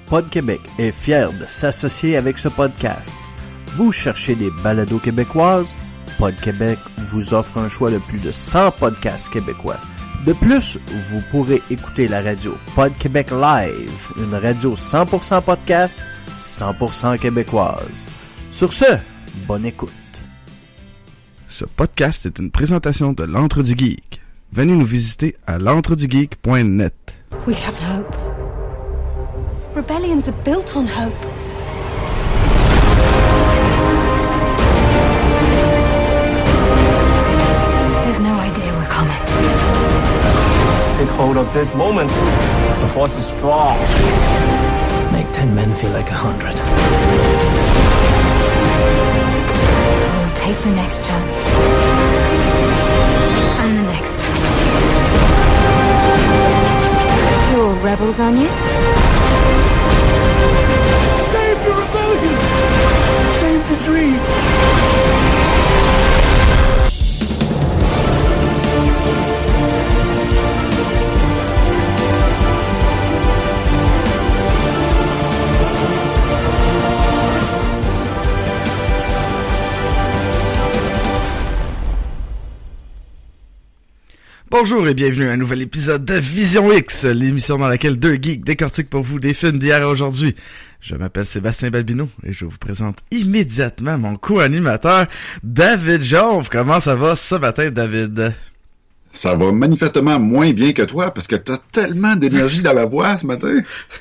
Pod Québec est fier de s'associer avec ce podcast. Vous cherchez des balados québécoises? Pod Québec vous offre un choix de plus de 100 podcasts québécois. De plus, vous pourrez écouter la radio Pod Québec Live, une radio 100% podcast, 100% québécoise. Sur ce, bonne écoute. Ce podcast est une présentation de l'Antre du Geek. Venez nous visiter à l'entredugeek.net. We have hope. Rebellions are built on hope. They've no idea we're coming. Take hold of this moment. The force is strong. Make 10 men feel like 100. We'll take the next chance. And the next. You're all rebels, aren't you? Save the rebellion! Save the dream! Bonjour et bienvenue à un nouvel épisode de Vision X, l'émission dans laquelle deux geeks décortiquent pour vous des films d'hier à aujourd'hui. Je m'appelle Sébastien Balbino et je vous présente immédiatement mon co-animateur, David Jonve. Comment ça va ce matin, David? Ça va manifestement moins bien que toi, parce que t'as tellement d'énergie dans la voix ce matin.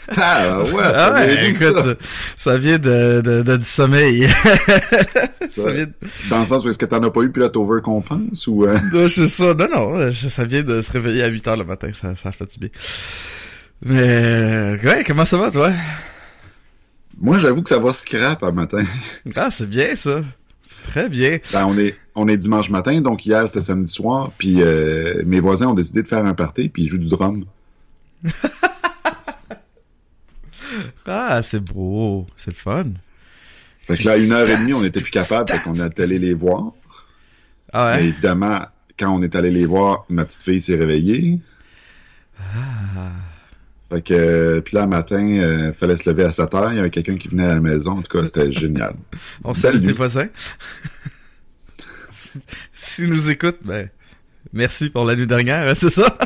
Écoute, ça vient de du sommeil. Ça vient dans le sens où est-ce que t'en as pas eu puis là t'overcompenses ou... Non, c'est ça. Non, ça vient de se réveiller à 8h le matin, ça fait du bien. Mais, ouais, comment ça va, toi? Moi, j'avoue que ça va scrap un matin. Ah, c'est bien, ça. Très bien. Ben, on est dimanche matin, donc hier, c'était samedi soir, puis mes voisins ont décidé de faire un party, puis ils jouent du drum. Ah, c'est beau. C'est le fun. Fait que là, à 1h30, on n'était plus capable, fait qu'on est allé les voir. Ah ouais? Mais évidemment, quand on est allé les voir, ma petite fille s'est réveillée. Ah. Fait que, puis là, le matin, fallait se lever à 7h, il y avait quelqu'un qui venait à la maison, en tout cas, c'était génial. On salue tes voisins. S'ils nous écoutent, ben, merci pour la nuit dernière, hein, c'est ça?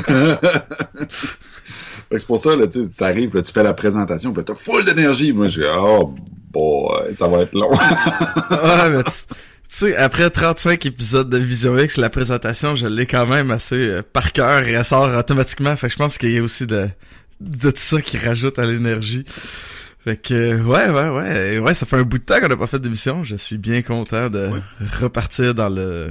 Fait que c'est pour ça, là, tu t'arrives, là, tu fais la présentation, pis là, t'as full d'énergie. Moi, je dis, oh, boy, ça va être long. Ouais, mais tu sais, après 35 épisodes de Vision X, la présentation, je l'ai quand même assez par cœur et elle sort automatiquement. Fait que je pense qu'il y a aussi de tout ça qui rajoute à l'énergie. Fait que, ouais, ça fait un bout de temps qu'on n'a pas fait d'émission. Je suis bien content de repartir dans le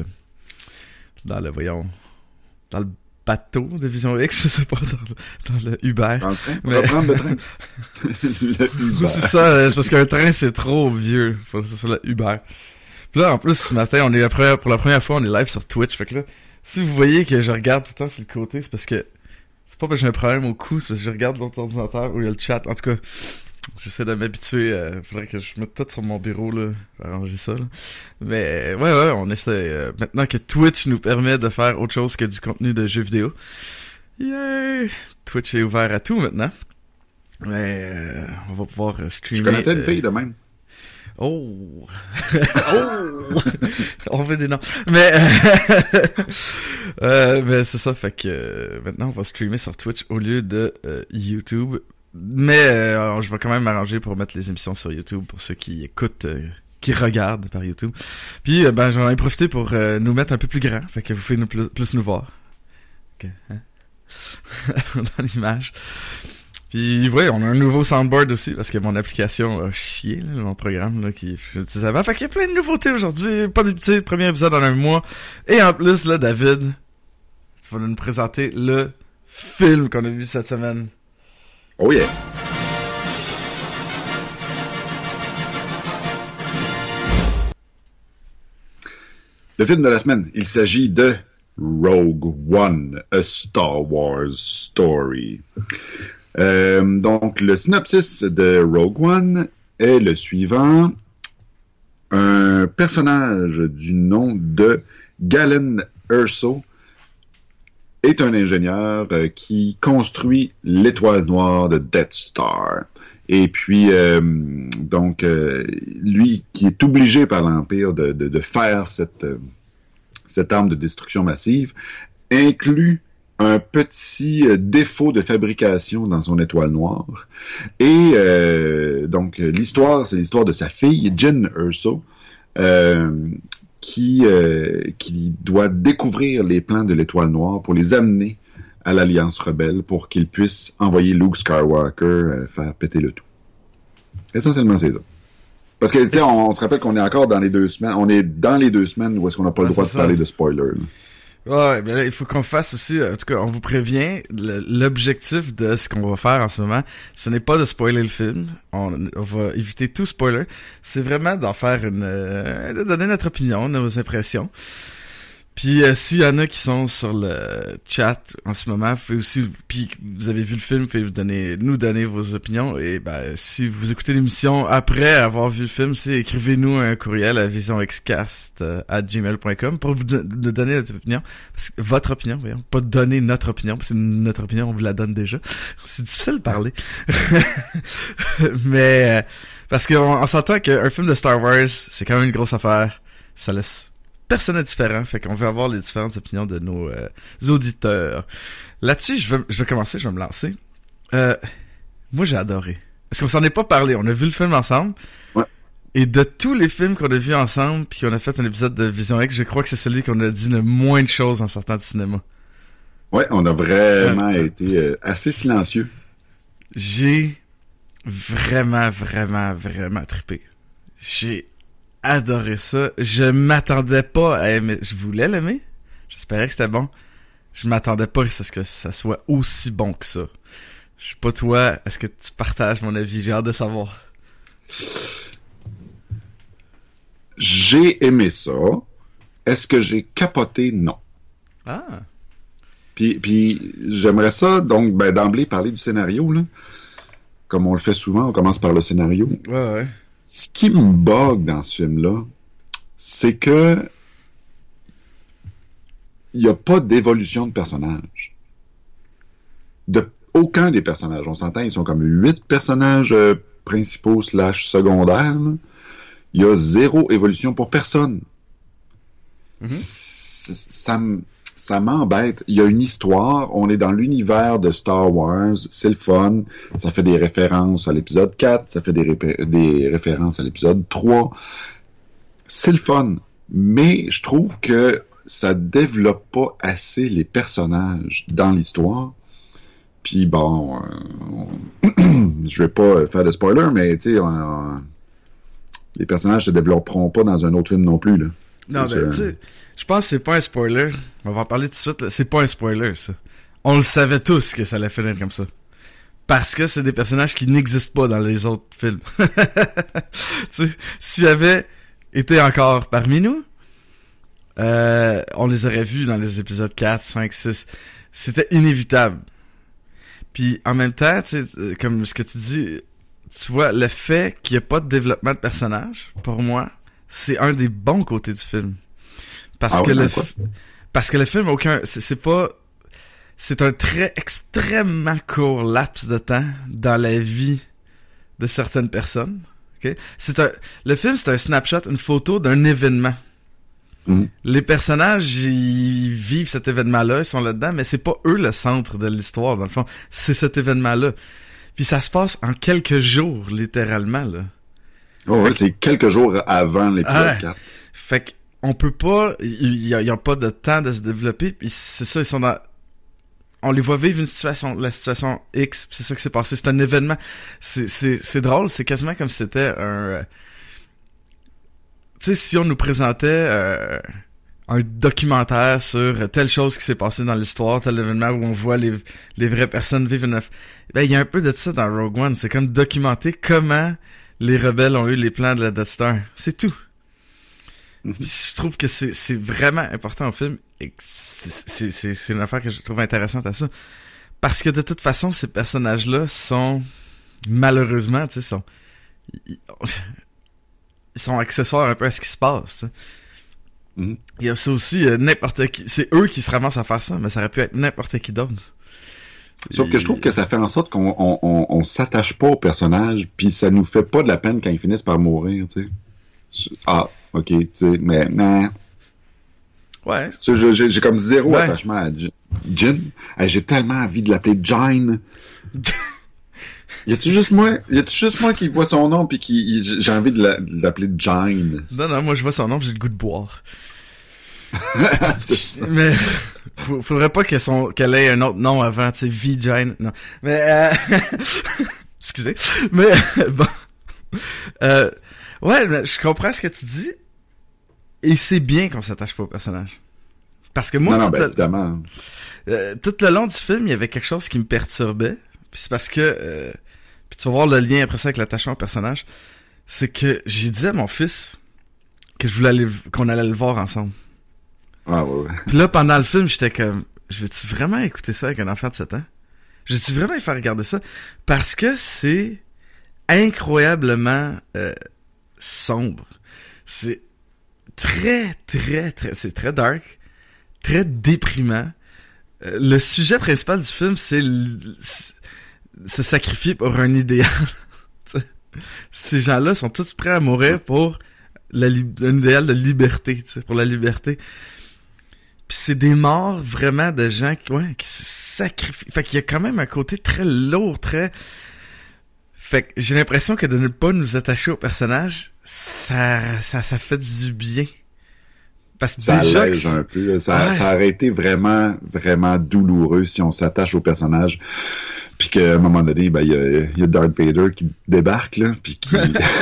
bateau de Vision X, je sais pas, dans le Uber. Dans le train? Reprendre le train. Le Uber. C'est ça, c'est parce qu'un train, c'est trop vieux. Faut que ce soit le Uber. Puis là, en plus, ce matin, pour la première fois, on est live sur Twitch. Fait que là, si vous voyez que je regarde tout le temps sur le côté, c'est parce que c'est pas parce que j'ai un problème au cou, c'est parce que je regarde l'autre ordinateur où il y a le chat. En tout cas, j'essaie de m'habituer. Faudrait que je mette tout sur mon bureau, là. Arranger ça, là. Mais, ouais, on essaie. Maintenant que Twitch nous permet de faire autre chose que du contenu de jeux vidéo. Yay! Twitch est ouvert à tout, maintenant. Mais, on va pouvoir streamer. Je connaissais une fille de même. Oh! On veut des noms. Mais, mais c'est ça, fait que, maintenant, on va streamer sur Twitch au lieu de YouTube. Mais je vais quand même m'arranger pour mettre les émissions sur YouTube pour ceux qui écoutent, qui regardent par YouTube. Puis j'en ai profité pour nous mettre un peu plus grand, fait que vous pouvez plus nous voir. Ok, hein? Dans l'image. Puis ouais, on a un nouveau soundboard aussi parce que mon application a chié, là, mon programme là qui j'utilisais avant. Fait qu'il y a plein de nouveautés aujourd'hui, pas de premier épisode en un mois. Et en plus là, David, tu vas nous présenter le film qu'on a vu cette semaine. Oh yeah! Le film de la semaine, il s'agit de Rogue One, A Star Wars Story. Donc, le synopsis de Rogue One est le suivant. Un personnage du nom de Galen Erso est un ingénieur qui construit l'étoile noire de Death Star. Et puis, donc, lui qui est obligé par l'Empire de faire cette arme de destruction massive, inclut un petit défaut de fabrication dans son étoile noire. Et donc, l'histoire, c'est l'histoire de sa fille, Jyn Erso, qui doit découvrir les plans de l'étoile noire pour les amener à l'Alliance rebelle pour qu'il puisse envoyer Luke Skywalker faire péter le tout. Essentiellement, c'est ça. Parce que, tu sais, on se rappelle qu'on est encore dans les 2 semaines. On est dans les 2 semaines où est-ce qu'on n'a pas le droit de parler de spoilers. Là. Ouais, mais là, il faut qu'on fasse aussi, en tout cas, on vous prévient, l'objectif de ce qu'on va faire en ce moment, ce n'est pas de spoiler le film, on va éviter tout spoiler, c'est vraiment d'en faire de donner notre opinion, nos impressions. Puis s'il y en a qui sont sur le chat en ce moment, vous pouvez aussi, puis vous avez vu le film, vous pouvez nous donner vos opinions. Et ben si vous écoutez l'émission après avoir vu le film, écrivez-nous un courriel à visionxcast@gmail.com pour vous donner votre opinion, voyons, pas donner notre opinion, parce que notre opinion on vous la donne déjà. C'est difficile de parler, mais parce qu'on s'entend qu'un film de Star Wars, c'est quand même une grosse affaire. Ça laisse personne n'est différent, fait qu'on veut avoir les différentes opinions de nos auditeurs. Là-dessus, je vais commencer, je vais me lancer. Moi, j'ai adoré. Parce qu'on s'en est pas parlé, on a vu le film ensemble. Ouais. Et de tous les films qu'on a vus ensemble, puis qu'on a fait un épisode de Vision X, je crois que c'est celui qu'on a dit le moins de choses en sortant du cinéma. Ouais, on a vraiment été assez silencieux. J'ai vraiment trippé. J'ai adoré ça. Je m'attendais pas à aimer. Je voulais l'aimer. J'espérais que c'était bon. Je m'attendais pas à ce que ça soit aussi bon que ça. Je sais pas toi, est-ce que tu partages mon avis? J'ai hâte de savoir. J'ai aimé ça. Est-ce que j'ai capoté? Non. Ah. Puis j'aimerais ça, donc, d'emblée parler du scénario, là. Comme on le fait souvent, on commence par le scénario. Ouais. Ce qui me bug dans ce film-là, c'est que il n'y a pas d'évolution de personnage. De aucun des personnages. On s'entend, ils sont comme 8 personnages principaux / secondaires. Là. Il y a 0 évolution pour personne. Mm-hmm. Ça m'embête. Il y a une histoire, on est dans l'univers de Star Wars, c'est le fun, ça fait des références à l'épisode 4, ça fait des références à l'épisode 3. C'est le fun, mais je trouve que ça développe pas assez les personnages dans l'histoire. Puis bon, je vais pas faire de spoiler, mais tu sais, les personnages se développeront pas dans un autre film non plus, là. Non, ben, tu sais, je pense que c'est pas un spoiler. On va en parler tout de suite, là. C'est pas un spoiler, ça. On le savait tous que ça allait finir comme ça. Parce que c'est des personnages qui n'existent pas dans les autres films. Tu sais, s'ils avaient été encore parmi nous, on les aurait vus dans les épisodes 4, 5, 6. C'était inévitable. Puis, en même temps, tu sais, comme ce que tu dis, tu vois, le fait qu'il n'y ait pas de développement de personnage, pour moi, c'est un des bons côtés du film. Parce que le film, c'est un très extrêmement court laps de temps dans la vie de certaines personnes. Okay? Le film, c'est un snapshot, une photo d'un événement. Mm. Les personnages, ils vivent cet événement-là, ils sont là-dedans, mais c'est pas eux le centre de l'histoire, dans le fond. C'est cet événement-là. Puis ça se passe en quelques jours, littéralement, là. Oh, ouais, c'est quelques jours avant l'épisode 4. Fait qu'on peut pas, il y a pas de temps de se développer, puis c'est ça, on les voit vivre la situation X, pis c'est ça qui s'est passé, c'est un événement. C'est drôle, c'est quasiment comme si c'était un, tu sais, si on nous présentait un documentaire sur telle chose qui s'est passée dans l'histoire, tel événement où on voit les vraies personnes vivre ben, il y a un peu de ça dans Rogue One, c'est comme documenter comment les rebelles ont eu les plans de la Death Star. C'est tout. Mm-hmm. Je trouve que c'est vraiment important au film et c'est une affaire que je trouve intéressante à ça. Parce que de toute façon, ces personnages-là sont malheureusement, tu sais, ils sont accessoires un peu à ce qui se passe. Mm-hmm. Il y a ça aussi, n'importe qui. C'est eux qui se ramassent à faire ça, mais ça aurait pu être n'importe qui d'autre. Sauf que je trouve que ça fait en sorte qu'on s'attache pas au personnage, puis ça nous fait pas de la peine quand ils finissent par mourir, tu sais. Ah, ok, tu sais, mais non. Ouais. J'ai comme zéro attachement à Jin. Hey, j'ai tellement envie de l'appeler Jine. Y a-tu juste moi qui vois son nom puis j'ai envie de l'appeler Jine? Non, moi je vois son nom, j'ai le goût de boire. Mais faudrait pas qu'elle ait un autre nom avant, tu sais, V-Jine. Non. Mais excusez. Mais bon. Ouais, mais je comprends ce que tu dis. Et c'est bien qu'on s'attache pas au personnage. Parce que moi, évidemment. Tout le long du film, il y avait quelque chose qui me perturbait. Puis c'est parce que puis tu vas voir le lien après ça avec l'attachement au personnage. C'est que j'ai dit à mon fils que qu'on allait le voir ensemble. Ah ouais. Puis là, pendant le film, j'étais comme, je veux-tu vraiment écouter ça avec un enfant de 7 ans? Je veux-tu vraiment lui faire regarder ça? Parce que c'est incroyablement sombre. C'est très, c'est très dark, très déprimant. Le sujet principal du film, c'est se sacrifier pour un idéal. Ces gens-là sont tous prêts à mourir pour un idéal de liberté, pour la liberté. Puis c'est des morts vraiment de gens qui se sacrifient. Fait qu'il y a quand même un côté très lourd, Fait que j'ai l'impression que de ne pas nous attacher au personnage, ça fait du bien. Parce que ça déjà allège un peu. Ça aurait été vraiment, vraiment douloureux si on s'attache au personnage. Puis qu'à un moment donné, ben, y a Darth Vader qui débarque, là, puis qui...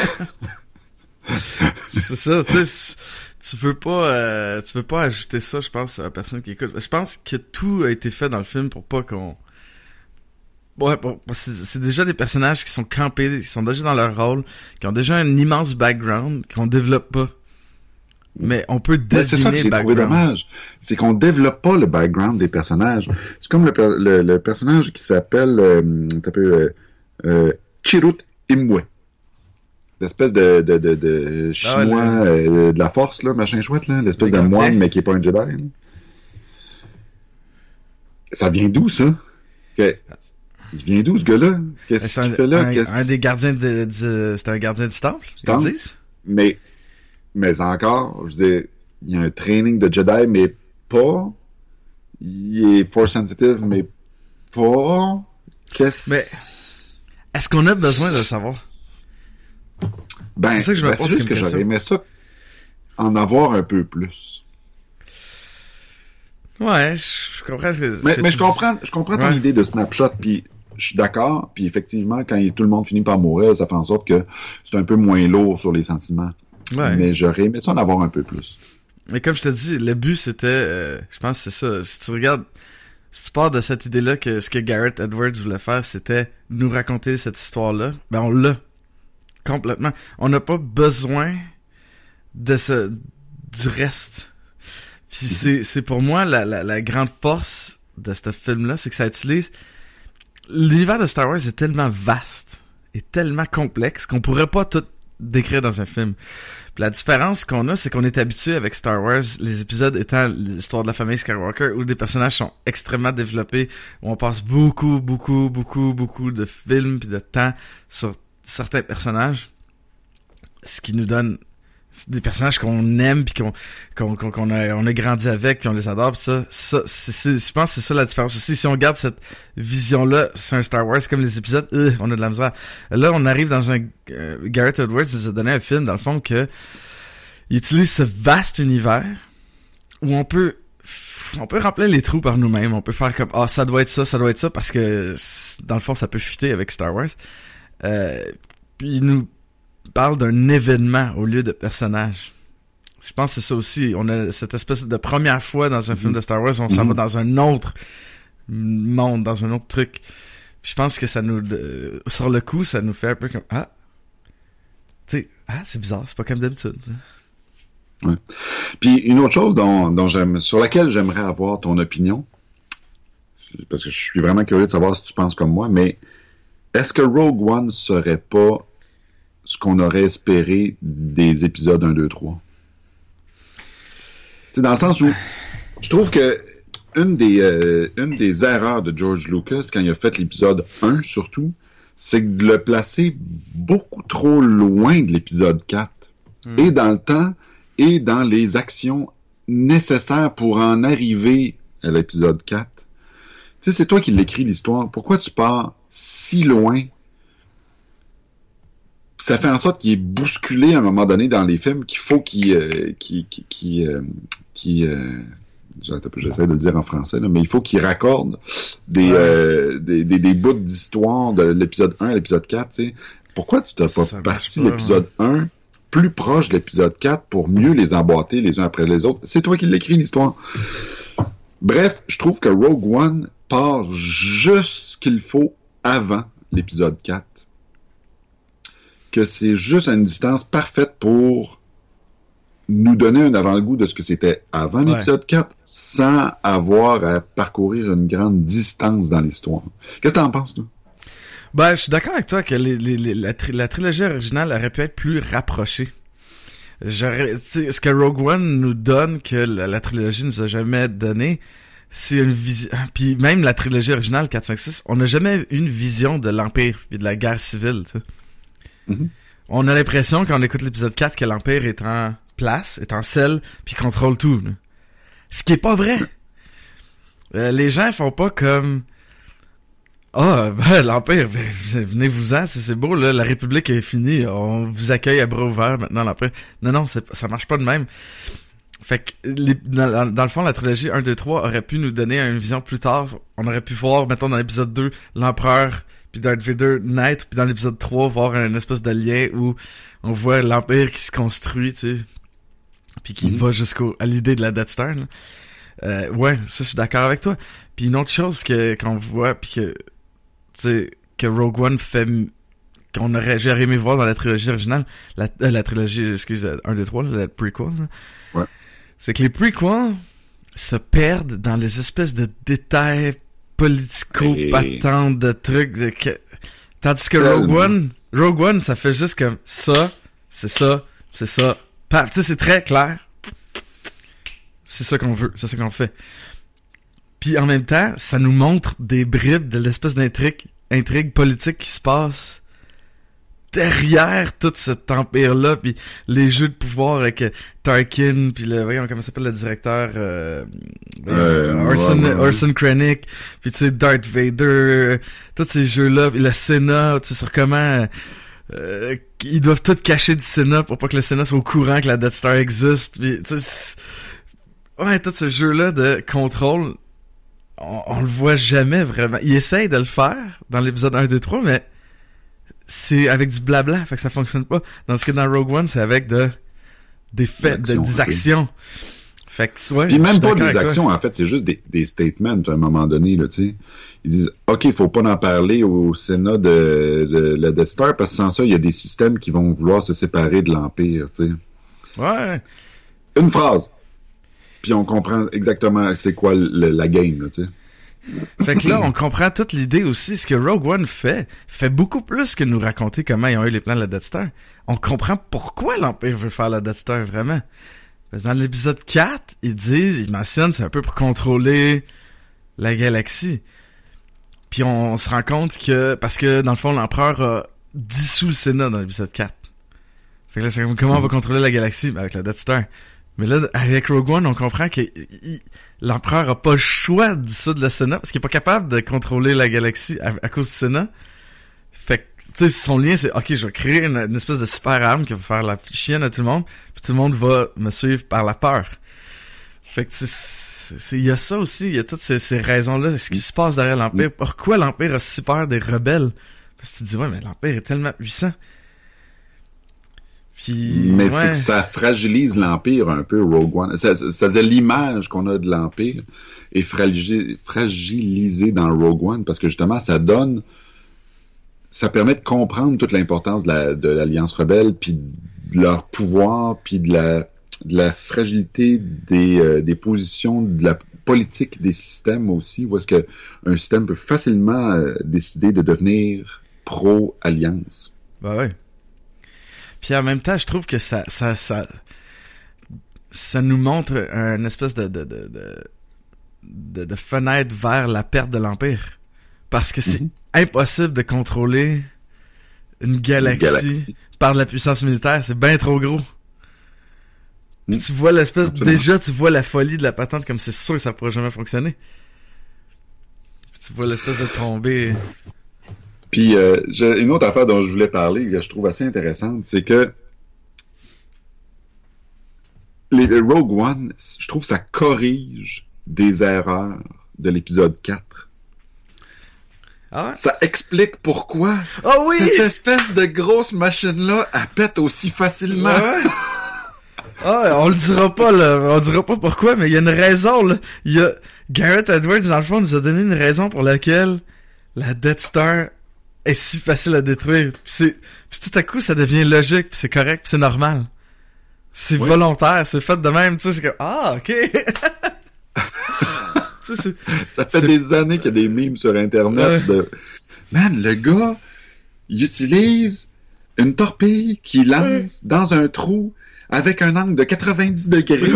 C'est ça, tu sais, tu veux pas ajouter ça, je pense, à la personne qui écoute. Je pense que tout a été fait dans le film pour pas qu'on... Ouais, bon, c'est déjà des personnages qui sont campés, qui sont déjà dans leur rôle, qui ont déjà un immense background, qu'on développe pas. Mais on peut deviner c'est ça que j'ai trouvé dommage. C'est qu'on développe pas le background des personnages. C'est comme le personnage qui s'appelle Chirrut Imwe. L'espèce de chinois de la force, là, machin chouette, là. L'espèce de moine, mais qui est pas un Jedi. Là. Ça vient d'où, ça? Il vient d'où, ce gars-là? Qu'est-ce qu'il fait là? Un des gardiens c'est un gardien du temple? Mais encore, je veux dire, il y a un training de Jedi, mais pas. Il est force sensitive, mais pas. Mais est-ce qu'on a besoin de le savoir? Ben, c'est juste que j'aurais aimé ça en avoir un peu plus. Ouais, je comprends mais je comprends ton idée de snapshot, puis je suis d'accord, puis effectivement, quand tout le monde finit par mourir, ça fait en sorte que c'est un peu moins lourd sur les sentiments. Ouais. Mais j'aurais aimé ça en avoir un peu plus. Mais comme je te dis, le but c'était, je pense que c'est ça. Si tu pars de cette idée-là que ce que Gareth Edwards voulait faire, c'était nous raconter cette histoire-là, ben on l'a complètement. On n'a pas besoin du reste. Puis c'est pour moi la grande force de ce film-là, c'est que ça utilise l'univers de Star Wars est tellement vaste et tellement complexe qu'on pourrait pas tout décrire dans un film. Puis la différence qu'on a, c'est qu'on est habitué avec Star Wars, les épisodes étant l'histoire de la famille Skywalker, où des personnages sont extrêmement développés, où on passe beaucoup de films puis de temps sur certains personnages, ce qui nous donne des personnages qu'on aime puis qu'on a grandi avec puis on les adore pis ça je pense que c'est ça la différence aussi. Si on garde cette vision là, c'est un Star Wars comme les épisodes, on a de la misère. Là on arrive dans un Gareth Edwards nous a donné un film dans le fond que il utilise ce vaste univers où on peut remplir les trous par nous-mêmes, on peut faire comme ça doit être ça parce que dans le fond ça peut fitter avec Star Wars. Puis il nous parle d'un événement au lieu de personnages. Je pense que c'est ça aussi. On a cette espèce de première fois dans un film de Star Wars, on s'en va dans un autre monde, dans un autre truc. Puis je pense que ça nous... sur le coup, ça nous fait un peu comme... c'est bizarre, c'est pas comme d'habitude. Ouais. Puis une autre chose sur laquelle j'aimerais avoir ton opinion, parce que je suis vraiment curieux de savoir si tu penses comme moi, mais est-ce que Rogue One serait pas ce qu'on aurait espéré des épisodes 1, 2, 3. C'est dans le sens où je trouve que une des erreurs de George Lucas quand il a fait l'épisode 1 surtout, c'est de le placer beaucoup trop loin de l'épisode 4. Et dans le temps, et dans les actions nécessaires pour en arriver à l'épisode 4. Tu sais, c'est toi qui l'écris l'histoire. Pourquoi tu pars si loin? Ça fait en sorte qu'il est bousculé à un moment donné dans les films qu'il faut j'essaie de le dire en français, là, mais il faut qu'il raccorde des bouts d'histoire de l'épisode 1 à l'épisode 4, tu sais. Pourquoi tu t'as pas parti l'épisode 1 plus proche de l'épisode 4 pour mieux les emboîter les uns après les autres? C'est toi qui l'écris, l'histoire. Bref, je trouve que Rogue One part juste ce qu'il faut avant l'épisode 4. Que c'est juste à une distance parfaite pour nous donner un avant-goût de ce que c'était avant l'épisode 4 sans avoir à parcourir une grande distance dans l'histoire. Qu'est-ce que t'en penses, toi? Ben, je suis d'accord avec toi que la trilogie originale aurait pu être plus rapprochée. Ce que Rogue One nous donne que la trilogie nous a jamais donné, c'est une vision. Puis même la trilogie originale 4, 5, 6, on n'a jamais eu une vision de l'Empire et de la guerre civile. Tu sais. Mm-hmm. On a l'impression quand on écoute l'épisode 4 que l'Empire est en place, est en selle, puis contrôle tout. Là. Ce qui est pas vrai. Les gens font pas comme l'Empire, venez-vous-en, c'est beau, là, la République est finie, on vous accueille à bras ouverts maintenant, l'Empire. Non, ça marche pas de même. Fait que, dans le fond, la trilogie 1, 2, 3 aurait pu nous donner une vision plus tard. On aurait pu voir, mettons, dans l'épisode 2, l'Empereur puis Darth Vader naître, puis dans l'épisode 3, voir un espèce de lien où on voit l'Empire qui se construit, tu sais, puis qui va à l'idée de la Death Star, là. Ouais, ça, je suis d'accord avec toi. Puis une autre chose qu'on voit, puis que, tu sais, que Rogue One fait, j'aurais aimé voir dans la trilogie originale, la trilogie, 1, 2, 3, la prequel, là. Ouais. C'est que les prequels se perdent dans les espèces de détails politico-patents de trucs, tandis que Rogue One, ça fait juste comme ça, c'est ça, tu sais, c'est très clair. C'est ça qu'on veut, c'est ça qu'on fait. Puis en même temps, ça nous montre des bribes de l'espèce d'intrigue politique qui se passe derrière tout cet empire-là, puis les jeux de pouvoir avec Tarkin, puis comment s'appelle le directeur, Orson Krennic, puis tu sais, Darth Vader, tous ces jeux-là, puis le Sénat, tu sais, sur comment ils doivent tout cacher du Sénat pour pas que le Sénat soit au courant que la Death Star existe, puis tu sais, tout ce jeu-là de contrôle, on le voit jamais vraiment. Il essaye de le faire dans l'épisode 1, 2, 3, mais c'est avec du blabla, fait que ça fonctionne pas. Dans ce cas, dans Rogue One, c'est avec des faits, des actions. Fait que, ouais. Puis même pas des actions, en fait, c'est juste des statements à un moment donné, là, tu sais. Ils disent, OK, faut pas en parler au Sénat de la Death Star, parce que sans ça, il y a des systèmes qui vont vouloir se séparer de l'Empire, tu sais. Ouais. Une phrase. Puis on comprend exactement c'est quoi la game, là, tu sais. Fait que là, on comprend toute l'idée aussi. Ce que Rogue One fait beaucoup plus que nous raconter comment ils ont eu les plans de la Death Star. On comprend pourquoi l'Empire veut faire la Death Star, vraiment. Parce que dans l'épisode 4, ils mentionnent, c'est un peu pour contrôler la galaxie. Puis on se rend compte que, parce que dans le fond, l'Empereur a dissous le Sénat dans l'épisode 4. Fait que là, c'est comme, comment on va contrôler la galaxie? Ben, avec la Death Star. Mais là, avec Rogue One, on comprend que l'Empereur a pas le choix de dissoudre le Sénat parce qu'il est pas capable de contrôler la galaxie à cause du Sénat. Fait que, tu sais, son lien, c'est, OK, je vais créer une espèce de super arme qui va faire la chienne à tout le monde, puis tout le monde va me suivre par la peur. Fait que, il y a ça aussi, il y a toutes ces raisons-là, ce qui se passe derrière l'Empire. Pourquoi l'Empire a si peur des rebelles? Parce que tu te dis, ouais, mais l'Empire est tellement puissant. Puis, mais c'est que ça fragilise l'Empire un peu, Rogue One. C'est-à-dire l'image qu'on a de l'Empire est fragilisée dans Rogue One parce que justement, ça permet de comprendre toute l'importance de l'Alliance rebelle, puis de leur pouvoir, puis de la fragilité des positions, de la politique des systèmes aussi, où est-ce que un système peut facilement décider de devenir pro-alliance. Ben ouais. Puis en même temps, je trouve que ça nous montre une espèce de fenêtre vers la perte de l'Empire. Parce que c'est impossible de contrôler une galaxie par la puissance militaire. C'est bien trop gros. Puis tu vois l'espèce... Absolument. Déjà, tu vois la folie de la patente comme c'est sûr que ça pourra jamais fonctionner. Puis tu vois l'espèce de tombée... Puis, j'ai une autre affaire dont je voulais parler, que je trouve assez intéressante, c'est que les Rogue One, je trouve que ça corrige des erreurs de l'épisode 4. Ah ouais? Ça explique pourquoi Oh oui! cette espèce de grosse machine-là, elle pète aussi facilement. Ouais. Ah, on le dira pas, là. On dira pas pourquoi, mais il y a une raison, là. Il y a... Gareth Edwards, dans le fond, nous a donné une raison pour laquelle la Death Star est si facile à détruire. Puis tout à coup, ça devient logique, puis c'est correct, puis c'est normal. C'est volontaire, c'est fait de même, tu sais, c'est comme, ah, ok. Tu sais, Ça fait des années qu'il y a des memes sur Internet de... Man, le gars, il utilise une torpille qui lance dans un trou avec un angle de 90 degrés.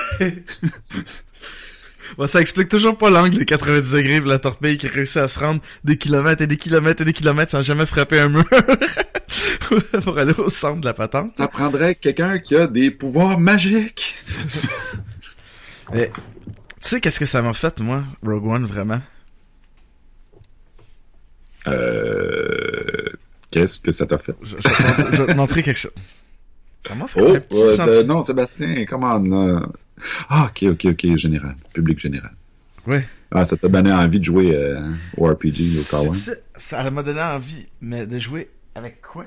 Bon, ça explique toujours pas l'angle de 90 degrés de la torpille qui réussit à se rendre des kilomètres et des kilomètres et des kilomètres sans jamais frapper un mur pour aller au centre de la patente. Ça prendrait quelqu'un qui a des pouvoirs magiques. Mais, tu sais qu'est-ce que ça m'a fait, moi, Rogue One, vraiment? Qu'est-ce que ça t'a fait? Je vais te montrer quelque chose. Ça m'a fait un petit sentiment. Non, Sébastien, comment là? Ah, ok, général. Public général. Ouais. Ah, ça t'a donné envie de jouer au RPG, au Kawan? Ça m'a donné envie, mais de jouer avec quoi?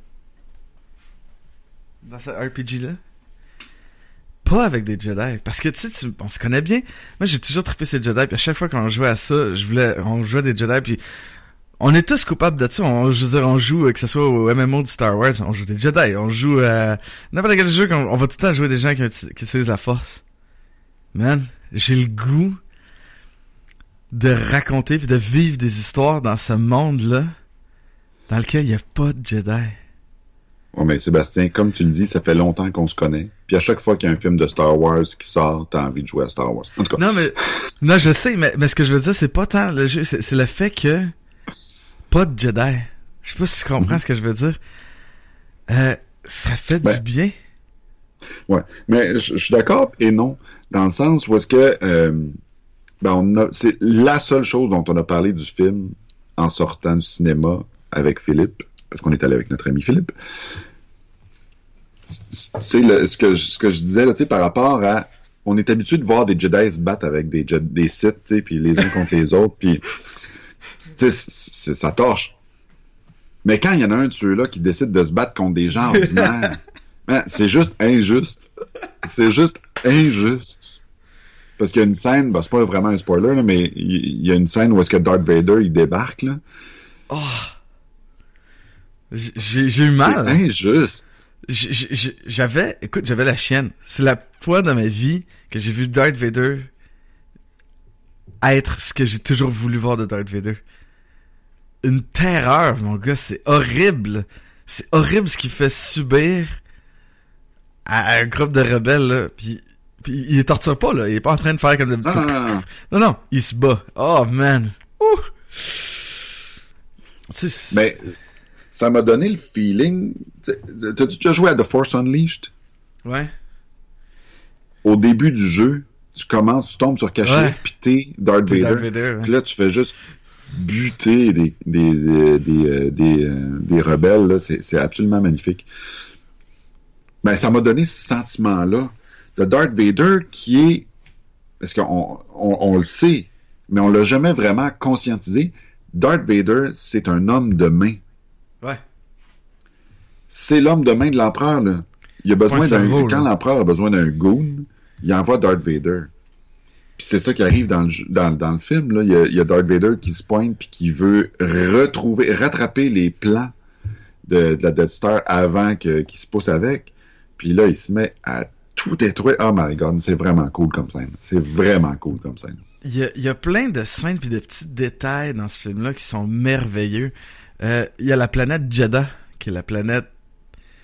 Dans ce RPG-là? Pas avec des Jedi. Parce que, tu sais, on se connaît bien. Moi, j'ai toujours trippé ces Jedi, puis à chaque fois qu'on jouait à ça, on jouait des Jedi, puis on est tous coupables de ça. Je veux dire, on joue, que ce soit au MMO de Star Wars, on joue des Jedi, on joue à n'importe quel jeu, on va tout le temps jouer des gens qui utilisent la force. Man, j'ai le goût de raconter puis de vivre des histoires dans ce monde-là dans lequel il n'y a pas de Jedi. Ouais, mais Sébastien, comme tu le dis, ça fait longtemps qu'on se connaît. Puis à chaque fois qu'il y a un film de Star Wars qui sort, t'as envie de jouer à Star Wars. En tout cas. Non, je sais, mais ce que je veux dire, c'est pas tant le jeu, c'est le fait que pas de Jedi. Je sais pas si tu comprends ce que je veux dire. Ça fait du bien. Ouais, mais je suis d'accord et non, dans le sens où est-ce que c'est la seule chose dont on a parlé du film en sortant du cinéma avec Philippe, parce qu'on est allé avec notre ami Philippe. C'est ce que je disais là, tu sais, par rapport à, on est habitué de voir des Jedi se battre avec des Sith, tu sais, puis les uns contre les autres, puis tu sais, ça torche. Mais quand il y en a un de ceux-là qui décide de se battre contre des gens ordinaires, c'est juste injuste. C'est juste injuste. Parce qu'il y a une scène, c'est pas vraiment un spoiler, là, mais il y a une scène où est-ce que Darth Vader, il débarque, là. Oh! J'ai eu mal. C'est injuste. J'avais la chienne. C'est la fois dans ma vie que j'ai vu Darth Vader être ce que j'ai toujours voulu voir de Darth Vader. Une terreur, mon gars, c'est horrible. C'est horrible ce qu'il fait subir à un groupe de rebelles, là. Puis il les torture pas, là. Il est pas en train de faire comme d'habitude. Non, il se bat. Oh, man. Ouh! Mais ça m'a donné le feeling... T'as-tu déjà joué à The Force Unleashed? Ouais. Au début du jeu, tu tombes sur cachet, pis t'es Darth Vader. Puis là, tu fais juste buter des rebelles, là. C'est absolument magnifique. Ben, ça m'a donné ce sentiment-là de Darth Vader qui est... Parce qu'on le sait, mais on l'a jamais vraiment conscientisé. Darth Vader, c'est un homme de main. Ouais. C'est l'homme de main de l'empereur, là. Il a besoin quand l'empereur a besoin d'un goon, il envoie Darth Vader. Puis c'est ça qui arrive dans le film, là. Il y a Darth Vader qui se pointe puis qui veut rattraper les plans de la Death Star avant qu'il se pousse avec. Puis là, il se met à tout détruire. Oh my God, c'est vraiment cool comme scène. C'est vraiment cool comme scène. Il y a plein de scènes puis de petits détails dans ce film-là qui sont merveilleux. Il y a la planète Jedha, qui est la planète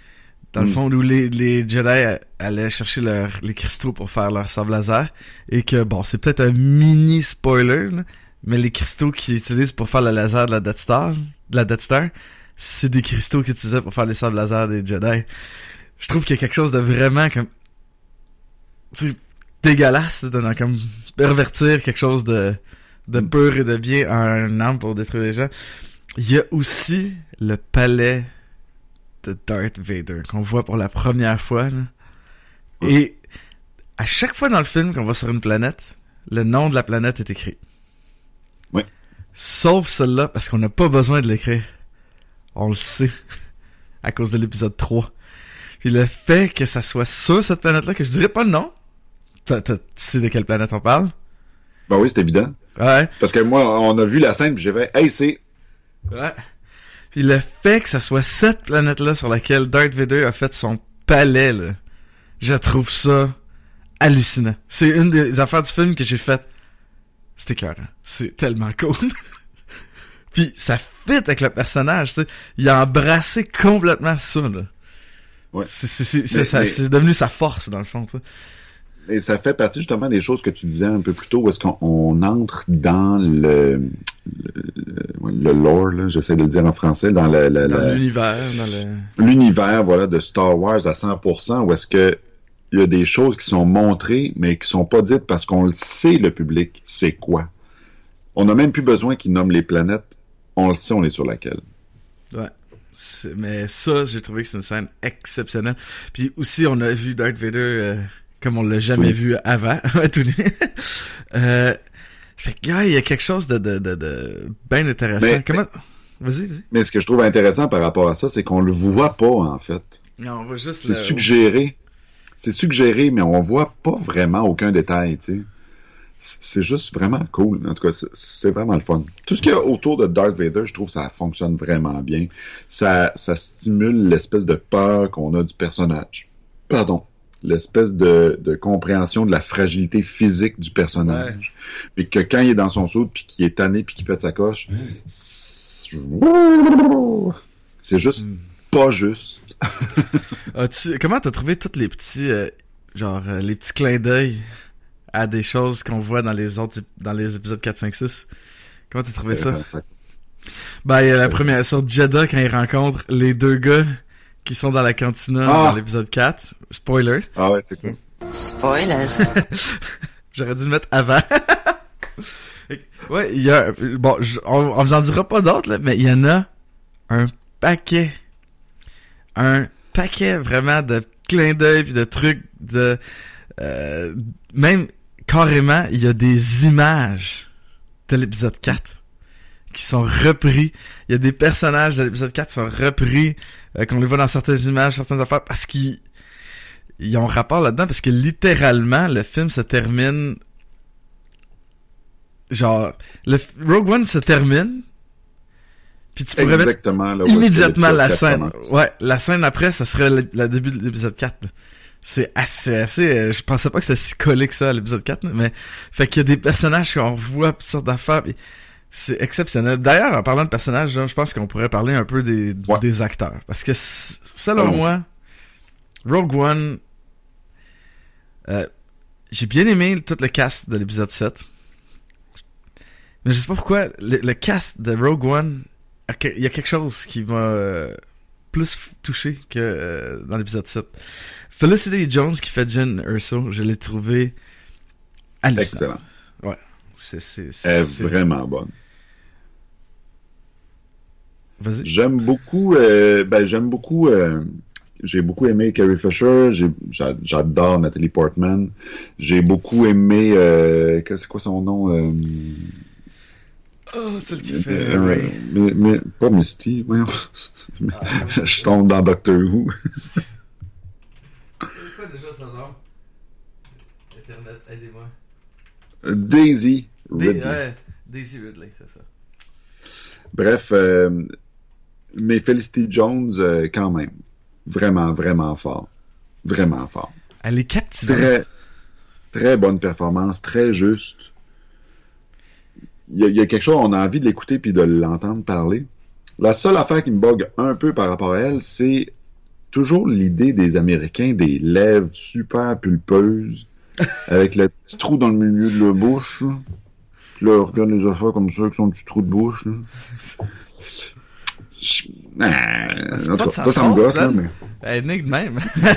Dans le fond, où les Jedi allaient chercher les cristaux pour faire leur sabre laser. Et que, bon, c'est peut-être un mini spoiler, là, mais les cristaux qu'ils utilisent pour faire le laser de la Death Star, c'est des cristaux qu'ils utilisaient pour faire les sabres laser des Jedi. Je trouve qu'il y a quelque chose de vraiment comme... C'est dégueulasse, de comme pervertir quelque chose de pur et de bien en un arme pour détruire les gens. Il y a aussi le palais de Darth Vader qu'on voit pour la première fois, là. Et à chaque fois dans le film qu'on va sur une planète, le nom de la planète est écrit. Oui. Sauf celle-là, parce qu'on n'a pas besoin de l'écrire. On le sait. À cause de l'épisode 3. Puis le fait que ça soit sur cette planète-là, que je dirais pas le nom. Tu sais de quelle planète on parle? Ben oui, c'est évident. Ouais. Parce que moi, on a vu la scène, puis j'ai fait, hey, c'est... Ouais. Puis le fait que ça soit cette planète-là sur laquelle Darth Vader a fait son palais, là, je trouve ça hallucinant. C'est une des affaires du film que j'ai fait. C'était écœurant. C'est tellement cool. Puis ça fit avec le personnage, tu sais. Il a embrassé complètement ça, là. Ouais. C'est devenu sa force, dans le fond, tu sais. Et ça fait partie justement des choses que tu disais un peu plus tôt, où est-ce qu'on entre dans le lore, là, j'essaie de le dire en français, dans l'univers, l'univers, voilà, de Star Wars à 100%, où est-ce que il y a des choses qui sont montrées, mais qui sont pas dites parce qu'on le sait, le public, c'est quoi. On n'a même plus besoin qu'ils nomment les planètes. On le sait, on est sur laquelle. Ouais. Mais ça, j'ai trouvé que c'est une scène exceptionnelle. Puis aussi, on a vu Darth Vader comme on l'a jamais vu avant. Tout nu. Fait que, il y a quelque chose de bien intéressant. Vas-y. Mais ce que je trouve intéressant par rapport à ça, c'est qu'on le voit pas, en fait. Non, on voit juste C'est suggéré. C'est suggéré, mais on voit pas vraiment aucun détail, tu sais. C'est juste vraiment cool. En tout cas, c'est vraiment le fun. Tout ce qu'il y a autour de Darth Vader, je trouve que ça fonctionne vraiment bien. Ça stimule l'espèce de peur qu'on a du personnage. Pardon. L'espèce de compréhension de la fragilité physique du personnage. Puis que quand il est dans son saut, puis qu'il est tanné, puis qu'il pète sa coche, c'est juste pas juste. Comment t'as trouvé tous les petits les petits clins d'œil à des choses qu'on voit dans les épisodes 4, 5, 6? Comment t'as trouvé ça? Ben, il y a la première sur Jedha quand il rencontre les deux gars qui sont dans la cantina dans l'épisode 4. Spoiler. Ah ouais, c'est cool. Spoilers. J'aurais dû le mettre avant. Ouais, il y a... Bon, on vous en dira pas d'autres, là, mais il y en a un paquet. Un paquet, vraiment, de clins d'œil pis de trucs de... même, carrément, il y a des images de l'épisode 4 qui sont repris. Il y a des personnages de l'épisode 4 qui sont repris, qu'on les voit dans certaines images, certaines affaires, parce qu'ils ont rapport là-dedans, parce que littéralement, le film se termine... Genre, Rogue One se termine, puis tu pourrais mettre immédiatement la scène. Ouais, la scène après, ça serait le début de l'épisode 4. Là. C'est assez, je pensais pas que c'était si collé que ça à l'épisode 4, là, mais fait qu'il y a des personnages qu'on voit, toutes sortes d'affaires, pis c'est exceptionnel. D'ailleurs, en parlant de personnages, là, je pense qu'on pourrait parler un peu des acteurs, parce que selon moi, Rogue One, j'ai bien aimé tout le cast de l'épisode 7. Mais je sais pas pourquoi, le cast de Rogue One, il y a quelque chose qui m'a plus touché que dans l'épisode 7. Felicity Jones qui fait Jyn Erso, je l'ai trouvé hallucinant. Excellent. Ouais. Elle est vraiment bonne. Vas-y. J'aime beaucoup, j'ai beaucoup aimé Carrie Fisher, j'adore Natalie Portman, j'ai beaucoup aimé, c'est quoi son nom? Celle qui fait... mais pas Misty, voyons. Je tombe dans Doctor Who. C'est quoi déjà son nom? Internet, aidez-moi. Daisy Ridley. Daisy Ridley, c'est ça. Bref, mais Felicity Jones, quand même, vraiment, vraiment fort. Vraiment fort. Elle est captivante. Très, très bonne performance, très juste. Il y a quelque chose, on a envie de l'écouter puis de l'entendre parler. La seule affaire qui me bug un peu par rapport à elle, c'est toujours l'idée des Américains, des lèvres super pulpeuses, avec le petit trou dans le milieu de la bouche. Là, puis là, regarde les affaires comme ça, avec son petit trou de bouche. Là. Ça me gosse, là, mais... Elle est née de même.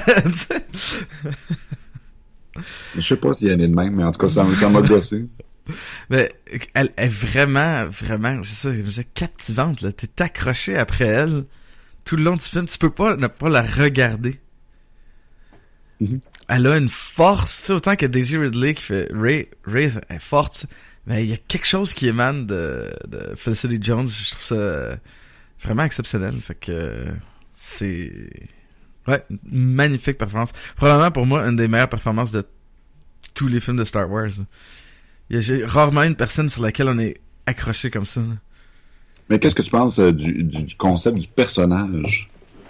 Je sais pas s'il y en a de même, mais en tout cas, ça m'a gossé. Mais elle est vraiment, c'est ça, captivante, là. T'es accroché après elle tout le long du film. Tu peux pas ne pas la regarder. Mm-hmm. Elle a une force, tu sais, autant que Daisy Ridley qui fait Ray est forte, mais il y a quelque chose qui émane de Felicity Jones. Je trouve ça vraiment exceptionnel. Fait que c'est une magnifique performance. Probablement pour moi une des meilleures performances de tous les films de Star Wars. J'ai rarement une personne sur laquelle on est accroché comme ça. Là. Mais qu'est-ce que tu penses du concept du personnage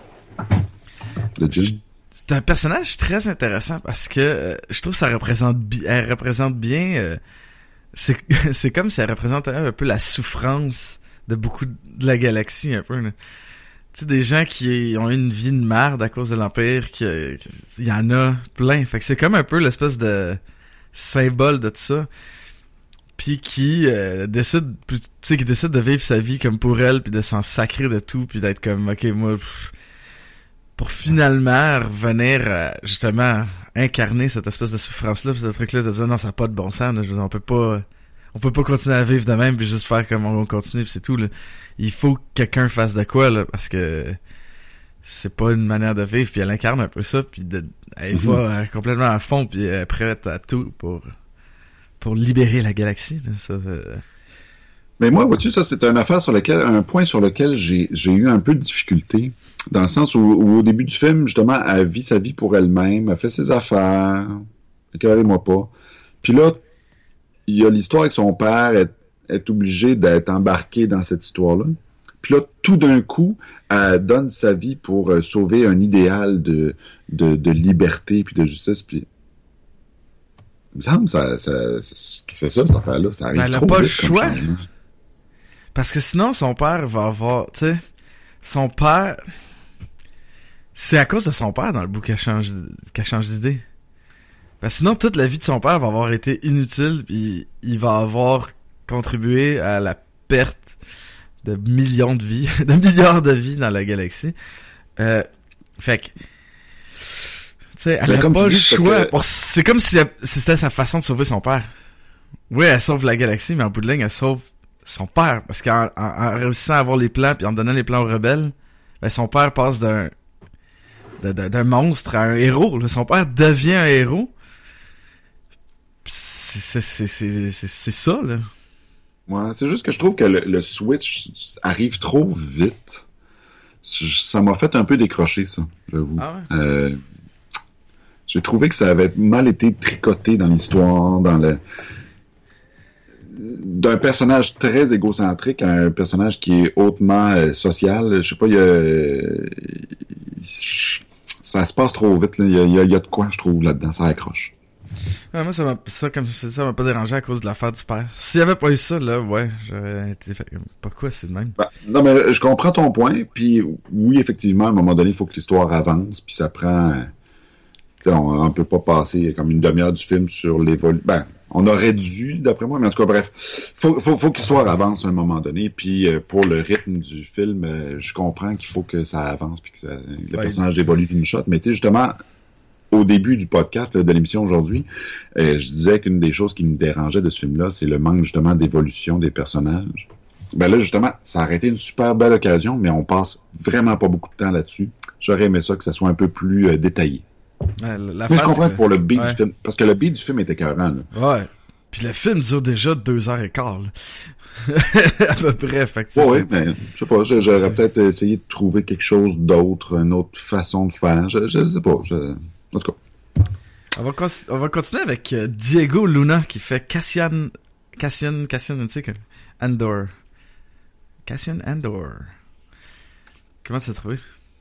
de Jyn? C'est un personnage très intéressant parce que je trouve que ça représente elle représente bien c'est comme si elle représentait un peu la souffrance de beaucoup de la galaxie un peu. Tu sais, des gens qui ont une vie de merde à cause de l'Empire, il y en a plein. Fait que c'est comme un peu l'espèce de symbole de tout ça. Puis qui décide de vivre sa vie comme pour elle, puis de s'en sacrer de tout, puis d'être comme ok, moi pour finalement revenir justement incarner cette espèce de souffrance là, ce truc là de dire non, ça n'a pas de bon sens là, on peut pas continuer à vivre de même puis juste faire comme on continue puis c'est tout là. Il faut que quelqu'un fasse de quoi là, parce que c'est pas une manière de vivre, puis elle incarne un peu ça, puis elle va complètement à fond, puis elle est prête à tout pour libérer la galaxie là, ça. Mais moi, vois-tu, ça, c'est un point sur lequel j'ai eu un peu de difficulté. Dans le sens où au début du film, justement, elle vit sa vie pour elle-même, elle fait ses affaires, écœurez-moi pas. Puis là, il y a l'histoire avec son père, est obligé d'être embarqué dans cette histoire-là. Puis là, tout d'un coup, elle donne sa vie pour sauver un idéal de liberté puis de justice, puis il me semble c'est ça, cette affaire-là. Ça arrive elle a trop pas vite le choix. Changement. Parce que sinon, son père va avoir... Tu sais, son père... C'est à cause de son père, dans le bout, qu'elle change d'idée. Parce que sinon, toute la vie de son père va avoir été inutile, puis il va avoir contribué à la perte de millions de vies, de milliards de vies dans la galaxie. Fait que... Tu sais, elle a pas le choix. C'est comme si c'était sa façon de sauver son père. Oui, elle sauve la galaxie, mais en bout de ligne, elle sauve son père. Parce qu'en réussissant à avoir les plans, puis en donnant les plans aux rebelles, ben son père passe d'un monstre à un héros. Là. Son père devient un héros. C'est ça, là. Ouais, c'est juste que je trouve que le switch arrive trop vite. Ça m'a fait un peu décrocher, ça, j'avoue. Ah ouais? J'ai trouvé que ça avait mal été tricoté dans l'histoire, d'un personnage très égocentrique à un personnage qui est hautement social. Je sais pas, ça se passe trop vite. Là. Il y a de quoi, je trouve, là-dedans. Ça accroche. Ouais, moi, ça m'a pas dérangé à cause de l'affaire du père. S'il y avait pas eu ça, là, ouais, j'aurais été fait. Pourquoi c'est de même? Non, mais je comprends ton point. Puis oui, effectivement, à un moment donné, il faut que l'histoire avance. Puis ça prend... on peut pas passer comme une demi-heure du film sur l'évolution. Ben, on aurait dû, d'après moi, mais en tout cas, bref, faut que l'histoire avance à un moment donné. Puis pour le rythme du film, je comprends qu'il faut que ça avance puis que le personnage évolue d'une shot. Mais tu sais, justement, au début du podcast de l'émission aujourd'hui, je disais qu'une des choses qui me dérangeait de ce film-là, c'est le manque justement d'évolution des personnages. Ben là, justement, ça aurait été une super belle occasion, mais on passe vraiment pas beaucoup de temps là-dessus. J'aurais aimé ça que ça soit un peu plus détaillé. Ouais, mais je comprends que pour le beat du film, parce que le beat du film était écœurant. Là. Ouais. Puis le film dure déjà 2h15. À peu près. Fait que ouais, mais je sais pas, j'aurais peut-être essayé de trouver quelque chose d'autre, une autre façon de faire. Je sais pas. En tout cas. On va continuer avec Diego Luna qui fait Cassian, tu sais, Andor. Cassian Andor. Comment tu l'as trouvé?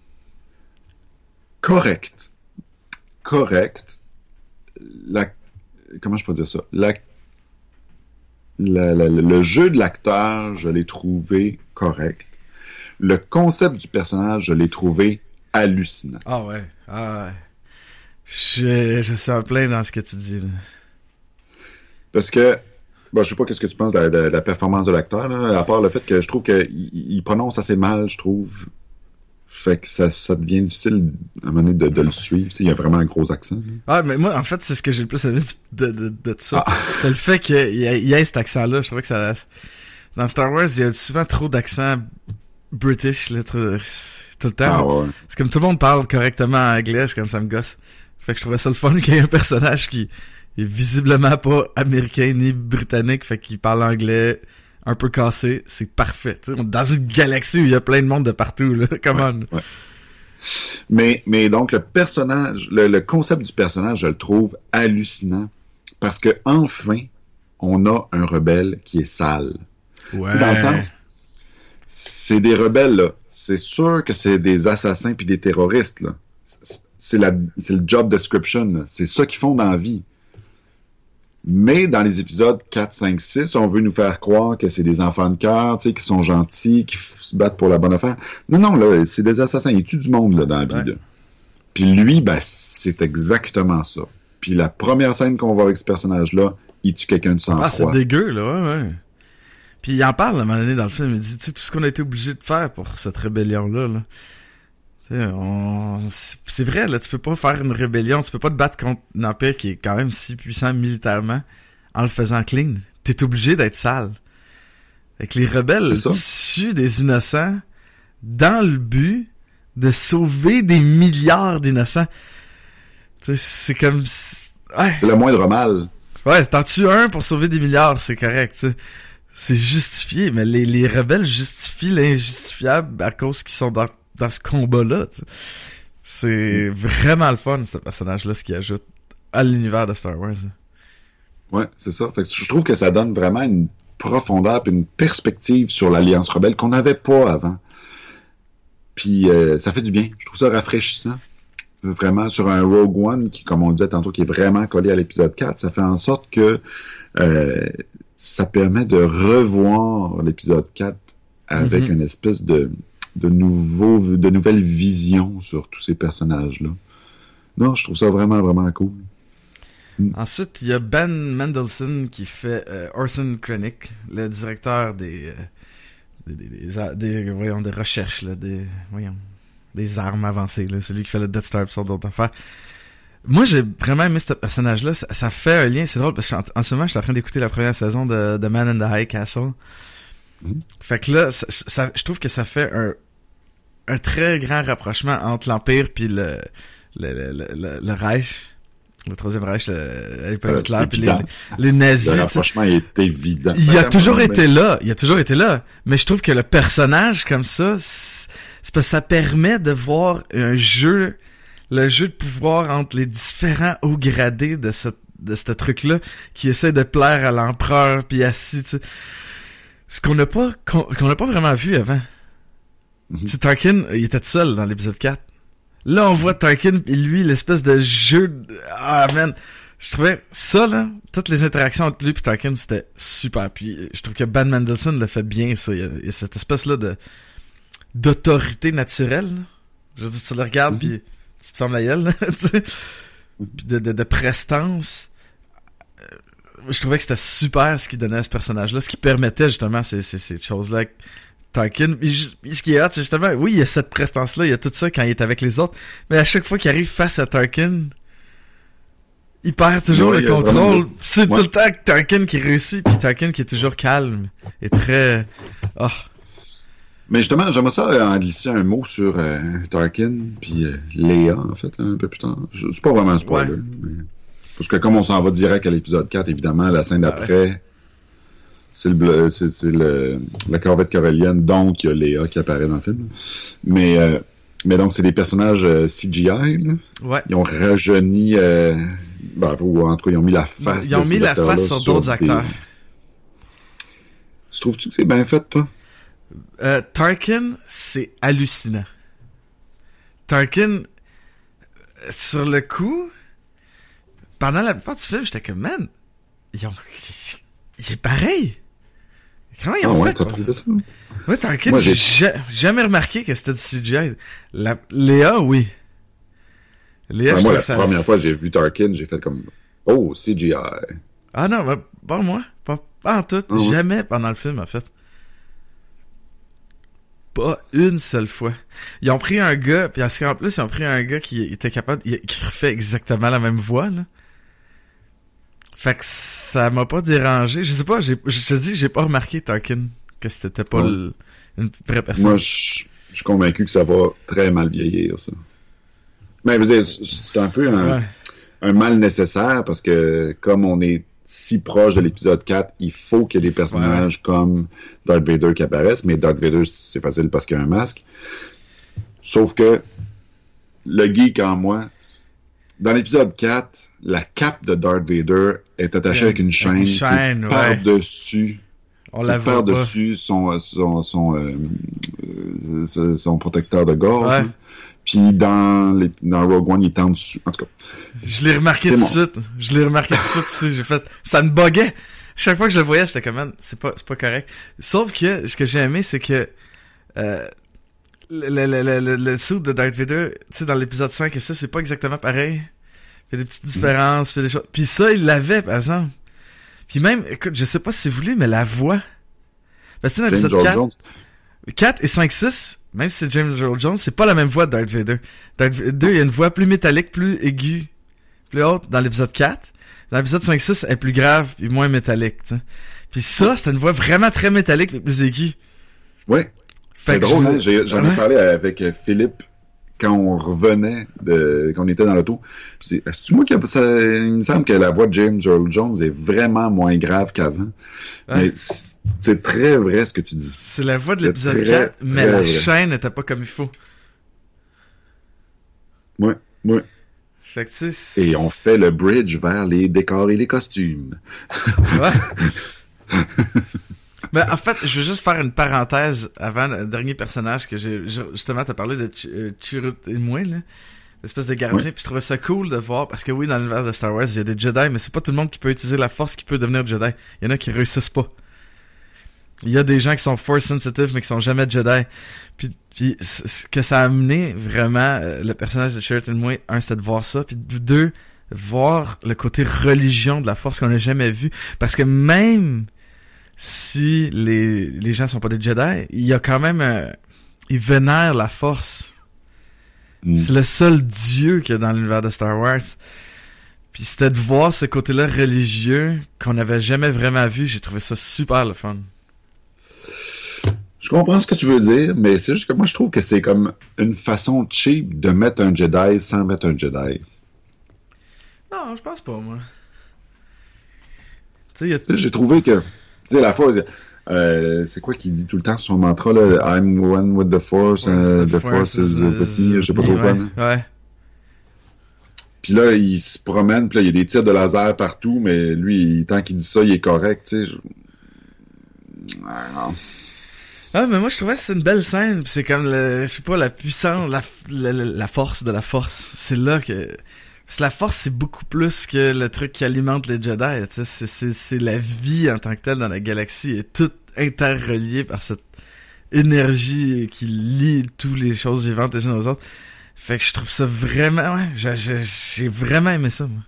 Correct. Comment je peux dire ça? Le jeu de l'acteur, je l'ai trouvé correct. Le concept du personnage, je l'ai trouvé hallucinant. Ah ouais. Je suis en plein dans ce que tu dis, là. Parce que, je sais pas qu'est-ce que tu penses de la performance de l'acteur, là, à part le fait que je trouve qu'il prononce assez mal, je trouve. Fait que ça devient difficile à un moment donné de le suivre. Il y a vraiment un gros accent. Là. Ah, mais moi, en fait, c'est ce que j'ai le plus aimé de ça. C'est le fait qu'il y ait cet accent-là. Je trouvais que ça... Dans Star Wars, il y a souvent trop d'accents british, là, tout le temps. Ah ouais. C'est comme tout le monde parle correctement anglais, c'est comme ça me gosse. Fait que je trouvais ça le fun qu'il y ait un personnage qui est visiblement pas américain ni britannique, fait qu'il parle anglais un peu cassé, c'est parfait. T'sais, dans une galaxie où il y a plein de monde de partout, là, come on. Ouais. Mais donc le personnage, le concept du personnage, je le trouve hallucinant parce que enfin, on a un rebelle qui est sale. Ouais. Dans le sens, c'est des rebelles là. C'est sûr que c'est des assassins puis des terroristes là. C'est le job description. Là. C'est ça qu'ils font dans la vie. Mais dans les épisodes 4, 5, 6, on veut nous faire croire que c'est des enfants de cœur, tu sais, qui sont gentils, qui se battent pour la bonne affaire. Non, là, c'est des assassins. Ils tuent du monde là, dans la vie. Là. Puis lui, c'est exactement ça. Puis la première scène qu'on voit avec ce personnage-là, il tue quelqu'un de sang-froid. Ah, c'est dégueu, là, ouais. Puis il en parle à un moment donné dans le film. Il dit, tu sais, tout ce qu'on a été obligé de faire pour cette rébellion-là, là. C'est vrai, là, tu peux pas faire une rébellion, tu peux pas te battre contre un empire qui est quand même si puissant militairement en le faisant clean. T'es obligé d'être sale. Avec les rebelles tuent des innocents dans le but de sauver des milliards d'innocents. T'sais, c'est comme... Ouais. C'est le moindre mal. Ouais, t'en tues un pour sauver des milliards, c'est correct, t'sais. C'est justifié, mais les rebelles justifient l'injustifiable à cause qu'ils sont dans ce combat-là. T'sais. C'est vraiment le fun, ce personnage-là, ce qu'il ajoute à l'univers de Star Wars. Ouais, c'est ça. Fait que je trouve que ça donne vraiment une profondeur et une perspective sur l'Alliance rebelle qu'on n'avait pas avant. Puis ça fait du bien. Je trouve ça rafraîchissant. Vraiment, sur un Rogue One, qui, comme on disait tantôt, qui est vraiment collé à l'épisode 4, ça fait en sorte que ça permet de revoir l'épisode 4 avec une espèce de nouvelles visions sur tous ces personnages-là. Non, je trouve ça vraiment, vraiment cool. Ensuite, il y a Ben Mendelsohn qui fait Orson Krennic, le directeur des recherches, là, des armes avancées, là, celui qui fait le Death Star et sur d'autres affaires. Moi, j'ai vraiment aimé ce personnage-là. Ça fait un lien, c'est drôle, parce que en ce moment, je suis en train d'écouter la première saison de The Man in the High Castle. Fait que là, je trouve que ça fait un très grand rapprochement entre l'Empire puis le Reich. Le Troisième Reich, à l'époque d'Hitler, puis les nazis. Le rapprochement est évident. Il a toujours été là. Mais je trouve que le personnage comme ça, c'est parce que ça permet de voir le jeu de pouvoir entre les différents hauts gradés de ce truc-là, qui essaie de plaire à l'empereur, puis assis, tu sais. Ce qu'on n'a pas vraiment vu avant. C'est Tarkin, il était tout seul dans l'épisode 4. Là, on voit Tarkin et lui, l'espèce de jeu... Ah, man! Je trouvais ça, là, toutes les interactions entre lui et Tarkin, c'était super. Puis je trouve que Ben Mendelsohn le fait bien, ça. Il y a cette espèce-là d'autorité naturelle. Là. Je veux dire, tu le regardes, puis tu te fermes la gueule, là, tu sais. Puis de prestance. Je trouvais que c'était super ce qu'il donnait à ce personnage-là, ce qui permettait justement ces choses-là. Tarkin, ce qui est hot, c'est justement, oui, il y a cette prestance-là, il y a tout ça quand il est avec les autres, mais à chaque fois qu'il arrive face à Tarkin, il perd toujours le contrôle. C'est tout le temps Tarkin qui réussit, puis Tarkin qui est toujours calme et très... Oh. Mais justement, j'aimerais ça en glisser un mot sur Tarkin, puis Leia, en fait, un peu plus tard. C'est pas vraiment un spoiler. Ouais. Mais... Parce que comme on s'en va direct à l'épisode 4, évidemment, la scène d'après... C'est la corvette corellienne, donc il y a Léa qui apparaît dans le film. Mais donc, c'est des personnages CGI. Là. Ouais. Ils ont rajeuni... ou en tout cas, ils ont mis la face Ils ont mis la face sur d'autres acteurs. Tu trouves-tu que c'est bien fait, toi? Tarkin, c'est hallucinant. Tarkin, sur le coup, pendant la plupart du film, j'étais comme, man, il est pareil. Comment ils ont fait? T'as trouvé ça? Ouais, Tarkin, Moi, j'ai jamais remarqué que c'était du CGI. Léa, oui. Léa, je moi, trouve la que ça... première fois que j'ai vu Tarkin, j'ai fait comme, oh, CGI. Ah non, mais pas moi. Pas en tout. ouais. Jamais pendant le film, en fait. Pas une seule fois. Ils ont pris un gars, puis en plus, ils ont pris un gars qui était capable, qui refait exactement la même voix, là. Fait que ça m'a pas dérangé. Je sais pas, je te dis, j'ai pas remarqué Tarkin, que c'était pas une vraie personne. Moi, je suis convaincu que ça va très mal vieillir, ça. Mais, vous savez, c'est un peu un mal nécessaire, parce que, comme on est si proche de l'épisode 4, il faut qu'il y ait des personnages comme Darth Vader qui apparaissent, mais Darth Vader, c'est facile parce qu'il y a un masque. Sauf que le geek en moi, dans l'épisode 4, la cape de Darth Vader est attachée avec une chaîne qui par-dessus par-dessus son protecteur de gorge. Ouais. Hein. Puis dans Rogue One, il est en dessous. En tout cas. Je l'ai remarqué tout de suite. Je l'ai remarqué tout de suite aussi. J'ai fait, ça me buguait. Chaque fois que je le voyais, j'étais comme, man, c'est pas correct. Sauf que, ce que j'ai aimé, c'est que, le suit de Darth Vader, tu sais, dans l'épisode 5 et ça, c'est pas exactement pareil. Il y a des petites différences, puis des choses. Puis ça, il l'avait, par exemple. Puis même, écoute, je sais pas si c'est voulu, mais la voix. Parce que dans l'épisode 4 et 5-6, même si c'est James Earl Jones, c'est pas la même voix de Darth Vader. Darth Vader, il y a une voix plus métallique, plus aiguë, plus haute dans l'épisode 4. Dans l'épisode 5-6, elle est plus grave et moins métallique, t'sais. Puis ça, c'était une voix vraiment très métallique mais plus aiguë. Ouais. C'est drôle, hein? J'en ai parlé avec Philippe quand on revenait quand on était dans l'auto. Est-ce moi il me semble que la voix de James Earl Jones est vraiment moins grave qu'avant. Ouais. Mais c'est très vrai ce que tu dis. C'est la voix de l'épisode 4, mais la chaîne n'était pas comme il faut. Ouais. Fait que, tu sais, et on fait le bridge vers les décors et les costumes. Ouais. Mais en fait, je veux juste faire une parenthèse avant le dernier personnage que j'ai... Justement, t'as parlé de Chirrut Imwe, là. L'espèce de gardien. Puis je trouvais ça cool de voir... Parce que oui, dans l'univers de Star Wars, il y a des Jedi, mais c'est pas tout le monde qui peut utiliser la Force qui peut devenir Jedi. Il y en a qui réussissent pas. Il y a des gens qui sont Force sensitive, mais qui sont jamais Jedi. Puis ce que ça a amené, vraiment, le personnage de Chirrut Imwe, c'était de voir ça. Puis deux, voir le côté religion de la Force qu'on n'a jamais vu. Parce que même... si les gens sont pas des Jedi, il y a quand même ils vénèrent la Force. C'est le seul dieu qu'il y a dans l'univers de Star Wars. Puis c'était de voir ce côté-là religieux qu'on n'avait jamais vraiment vu. J'ai trouvé ça super le fun. Je comprends ce que tu veux dire, mais c'est juste que moi je trouve que c'est comme une façon cheap de mettre un Jedi sans mettre un Jedi. Non, je pense pas, moi. J'ai trouvé que tu sais, la Force, c'est quoi qu'il dit tout le temps son mantra, là? I'm one with the Force, the Force is with me, je sais pas trop quoi. Ouais. Puis là, il se promène, puis là, il y a des tirs de laser partout, mais lui, tant qu'il dit ça, il est correct, tu sais. Ah, mais moi, je trouvais que c'est une belle scène, pis c'est comme je sais pas, la puissance, la force de la Force. C'est là que... Parce que la Force, c'est beaucoup plus que le truc qui alimente les Jedi, tu sais, c'est la vie en tant que telle dans la galaxie, et tout interrelié par cette énergie qui lie toutes les choses vivantes les unes aux autres. Fait que je trouve ça vraiment, ouais, j'ai vraiment aimé ça, moi.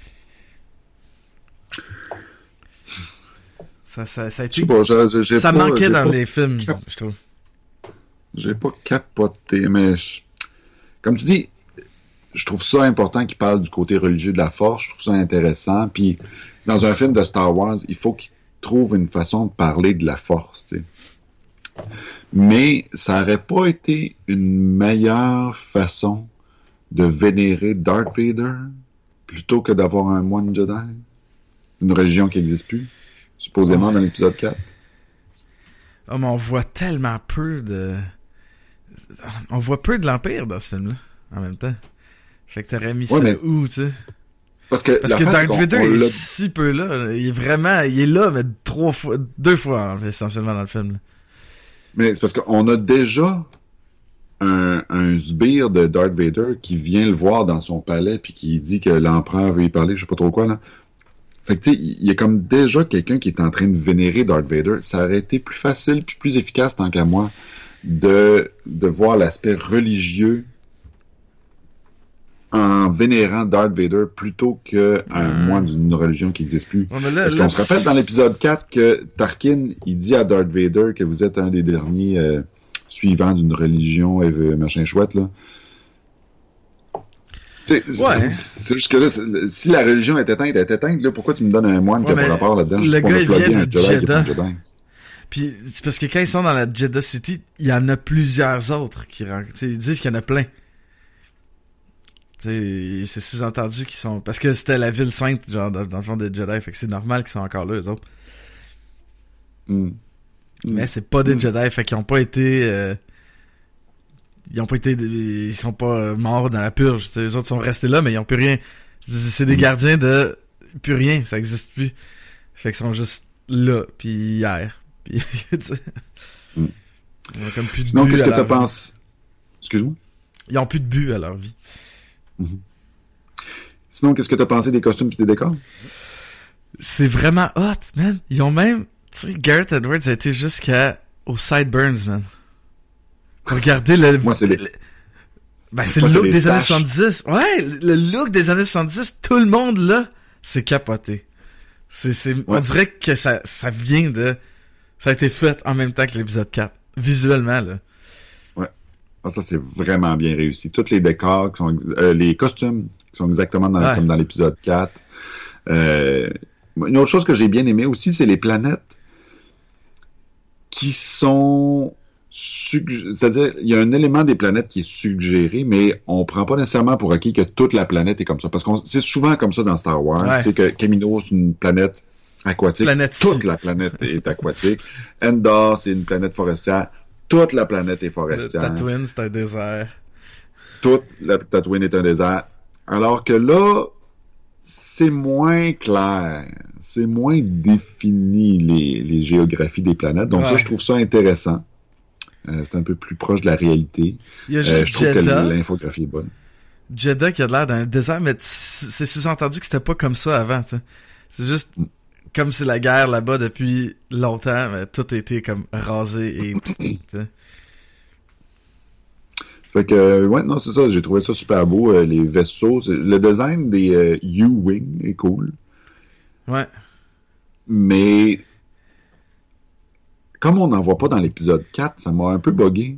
Ça a été... ça manquait dans les films, je trouve. J'ai pas capoté, mais comme tu dis, je trouve ça important qu'il parle du côté religieux de la Force. Je trouve ça intéressant. Puis, dans un film de Star Wars, il faut qu'il trouve une façon de parler de la Force, tu sais. Mais ça aurait pas été une meilleure façon de vénérer Darth Vader plutôt que d'avoir un moine Jedi? Une religion qui n'existe plus, supposément dans l'épisode 4. Oh, mais on voit tellement peu de... On voit peu de l'Empire dans ce film-là, en même temps. Fait que t'aurais mis ça où, tu sais? Parce que Darth Vader est si peu là. Il est là, mais 2 fois, essentiellement, dans le film. Là. Mais c'est parce qu'on a déjà un sbire de Darth Vader qui vient le voir dans son palais puis qui dit que l'empereur veut y parler, je sais pas trop quoi, là. Fait que tu sais, il y a comme déjà quelqu'un qui est en train de vénérer Darth Vader. Ça aurait été plus facile puis plus efficace, tant qu'à moi, de voir l'aspect religieux en vénérant Darth Vader plutôt qu'un moine d'une religion qui n'existe plus. Ouais, là, Parce qu'on se rappelle dans l'épisode 4 que Tarkin, il dit à Darth Vader que vous êtes un des derniers suivants d'une religion et machin chouette, là. C'est juste que là, si la religion est éteinte, elle est éteinte, là, pourquoi tu me donnes un moine qui a pas rapport là-dedans? Le gars, il vient de Jeddah. Jedi. Puis c'est parce que quand ils sont dans la Jeddah City, il y en a plusieurs autres qui rencontrent. Ils disent qu'il y en a plein. T'sais, c'est sous-entendu qu'ils sont... Parce que c'était la ville sainte, genre, dans le fond des Jedi, fait que c'est normal qu'ils sont encore là, eux autres. Mais c'est pas des Jedi, fait qu'ils ont pas été... Ils sont pas morts dans la purge. T'sais, les autres sont restés là, mais ils ont plus rien. C'est des gardiens de... Plus rien, ça existe plus. Fait qu'ils sont juste là, puis hier. Puis, ils ont comme plus de Sinon, but qu'est-ce à que t'as leur vie. pensé? Excuse-moi? Ils ont plus de but à leur vie. Sinon, qu'est-ce que t'as pensé des costumes et des décors? C'est vraiment hot, man. Ils ont même... Tu sais, Gareth Edwards a été jusqu'aux Sideburns, man. Regardez le... Moi, c'est les... Ben, c'est Moi, le c'est look les des années saches. 70. Ouais, le look des années 70, tout le monde, là, c'est capoté. On dirait que ça vient de... Ça a été fait en même temps que l'épisode 4. Visuellement, là. Ah, ça, c'est vraiment bien réussi. Tous les décors, qui sont, les costumes qui sont exactement comme dans l'épisode 4. Une autre chose que j'ai bien aimé aussi, c'est les planètes qui sont... C'est-à-dire, il y a un élément des planètes qui est suggéré, mais on prend pas nécessairement pour acquis que toute la planète est comme ça. Parce que c'est souvent comme ça dans Star Wars. Ouais. Tu sais que Kamino, c'est une planète aquatique. Toute la planète est aquatique. Endor, c'est une planète forestière. Toute la planète est forestière. Tatooine, c'est un désert. Toute la Tatooine est un désert. Alors que là, c'est moins clair. C'est moins défini les géographies des planètes. Donc ça, je trouve ça intéressant. C'est un peu plus proche de la réalité. Il y a juste je trouve Jeddah. que l'infographie est bonne. Jeddah qui a l'air d'un désert, mais c'est sous-entendu que c'était pas comme ça avant, tu sais. C'est juste... Comme c'est la guerre là-bas depuis longtemps, mais tout a été comme rasé et... Fait que, ouais, non, c'est ça, j'ai trouvé ça super beau, les vaisseaux. Le design des U-Wing est cool. Ouais. Mais, comme on n'en voit pas dans l'épisode 4, ça m'a un peu buggé.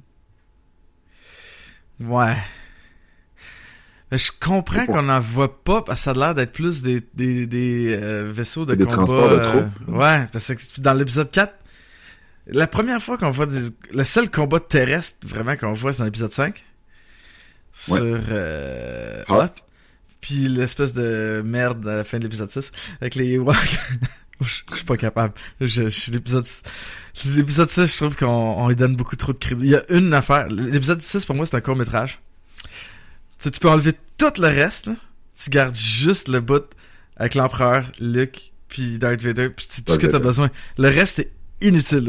Ouais. Mais je comprends qu'on n'en voit pas parce que ça a l'air d'être plus des vaisseaux de des combat. transports de troupes. Ouais, parce que dans l'épisode 4, la première fois qu'on voit le seul combat terrestre vraiment qu'on voit, c'est dans l'épisode 5. Ouais. Sur Hoth. Puis l'espèce de merde à la fin de l'épisode 6 avec les Ewoks. Je suis pas capable. L'épisode 6, je trouve qu'on lui donne beaucoup trop de crédit. Il y a une affaire. L'épisode 6, pour moi, c'est un court-métrage. Tu sais, tu peux enlever tout le reste, là. Tu gardes juste le bout avec l'empereur, Luke, puis Darth Vader, puis c'est tout ce que t'as besoin. Le reste est inutile.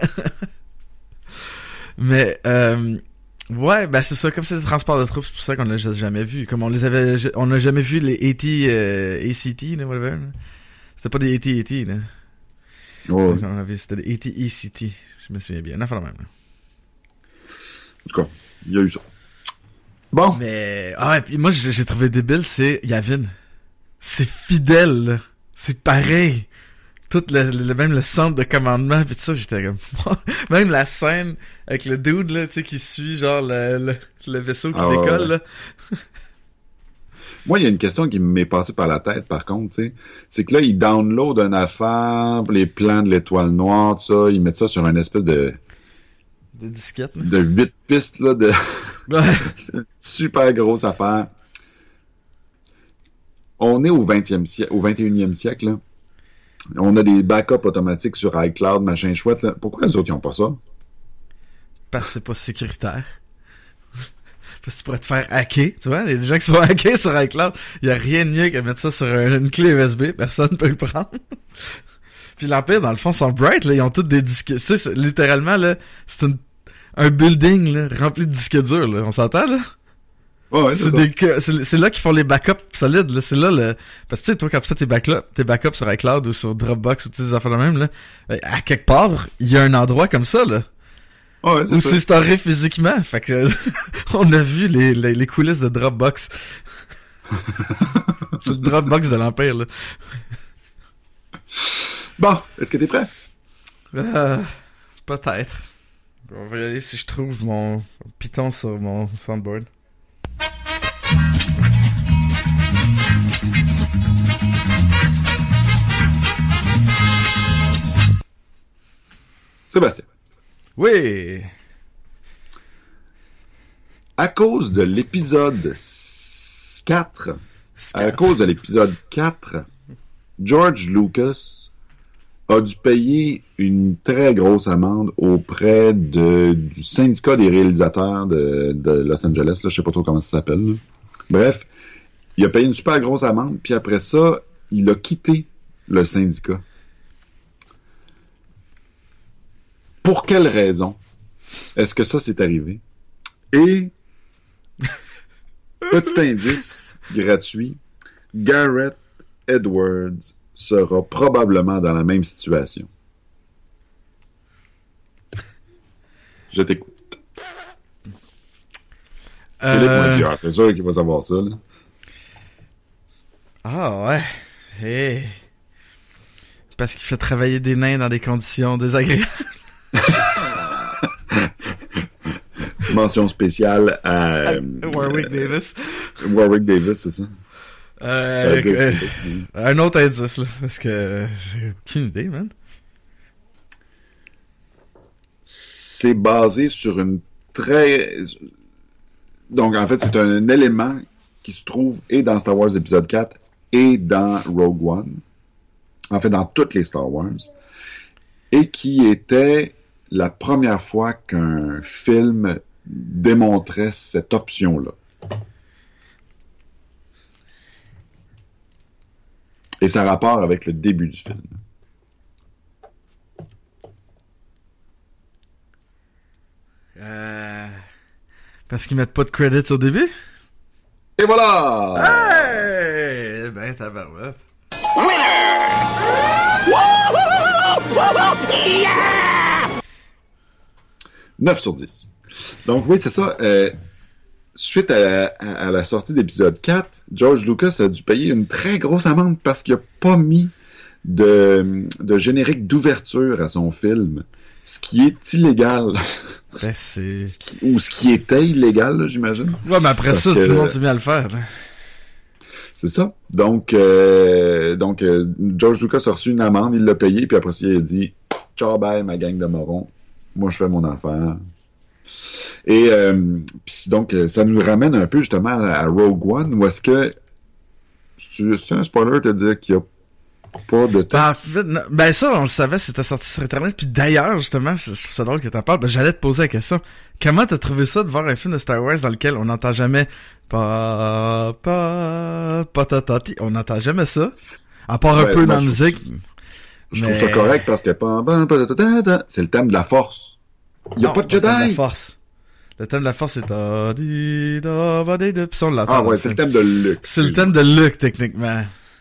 Mais ouais, ben c'est ça, comme c'est des transports de troupes, c'est pour ça qu'on l'a jamais vu. Comme on n'a jamais vu les AT-ACT, là, whatever. Là. C'était pas des AT-AT, là. Oh. C'était des AT-ECT, je me souviens bien. Enfin, même. En tout cas, il y a eu ça. Bon. Mais, puis moi, j'ai trouvé débile, c'est Yavin. C'est fidèle, là. C'est pareil. Tout même le centre de commandement, pis tout ça, j'étais comme... Même la scène avec le dude, là, tu sais, qui suit, genre, le vaisseau qui décolle, ouais. là. Moi, il y a une question qui m'est passée par la tête, par contre, tu sais. C'est que là, ils downloadent une affaire, les plans de l'étoile noire, tout ça, ils mettent ça sur une espèce de disquettes, là. De 8 pistes, là, de... Ouais. Super grosse affaire. On est au 21e siècle, là. On a des backups automatiques sur iCloud, machin chouette, là. Pourquoi les autres, ils ont pas ça? Parce que c'est pas sécuritaire. Parce que tu pourrais te faire hacker, tu vois. Il y a des gens qui se font hacker sur iCloud. Il y a rien de mieux que mettre ça sur une clé USB. Personne peut le prendre. Puis l'Empire, dans le fond, sont bright, là. Ils ont tous des disques... Tu sais, littéralement, là, c'est un building, là, rempli de disques durs, là. On s'entend, là? Ouais, c'est ça. C'est là qu'ils font les backups solides, là. C'est là parce que tu sais, toi, quand tu fais tes backups sur iCloud ou sur Dropbox ou des affaires de même, là, à quelque part, il y a un endroit comme ça, là. Ouais, Où c'est storé physiquement. Fait que, on a vu les coulisses de Dropbox. C'est le Dropbox de l'Empire, là. Bon, est-ce que t'es prêt? Peut-être. On va y aller si je trouve mon Python sur mon soundboard. Sébastien. Oui! À cause de l'épisode 4, George Lucas a dû payer une très grosse amende auprès du syndicat des réalisateurs de Los Angeles. Là, je sais pas trop comment ça s'appelle. Là. Bref, il a payé une super grosse amende, puis après ça, il a quitté le syndicat. Pour quelle raison est-ce que ça s'est arrivé? Et, petit indice gratuit, Gareth Edwards sera probablement dans la même situation. Je t'écoute. C'est sûr qu'il va savoir ça. Là. Ah ouais. Hey. Parce qu'il fait travailler des nains dans des conditions désagréables. Mention spéciale à Warwick Davis. Warwick Davis, c'est ça? Un autre indice, là, parce que j'ai aucune idée, man. C'est basé sur une très... Donc, en fait, c'est un élément qui se trouve et dans Star Wars épisode 4 et dans Rogue One. En fait, dans toutes les Star Wars. Et qui était la première fois qu'un film démontrait cette option-là. Et ça a rapport avec le début du film. Parce qu'ils mettent pas de credits au début? Et voilà! Hey! Ben, tabarouette. Yeah! 9 sur 10. Donc oui, c'est ça. Suite à la sortie d'épisode 4, George Lucas a dû payer une très grosse amende parce qu'il n'a pas mis de générique d'ouverture à son film. Ce qui est illégal. Ben, c'est... ce qui était illégal, là, j'imagine. Ouais, mais après ça, tout le monde s'est mis à le faire. Là. C'est ça. Donc, George Lucas a reçu une amende, il l'a payé, puis après ça, il a dit « Ciao, bye, ma gang de morons. Moi, je fais mon affaire. » Et puis donc, ça nous ramène un peu justement à Rogue One, où est-ce que... C'est un spoiler de dire qu'il y a pas de temps. Ben ça, on le savait, c'était sorti sur Internet. Puis d'ailleurs, justement, je trouve ça drôle que t'en parles. Ben, j'allais te poser la question. Comment t'as trouvé ça de voir un film de Star Wars dans lequel on n'entend jamais on n'entend jamais ça. À part un peu dans la musique. Je trouve ça correct parce que c'est le thème de la Force. Il n'y a pas de Jedi. Le thème de la Force, c'est puis ça, on l'entend. Ah ouais, c'est le thème de Luke. C'est le thème de Luke, techniquement.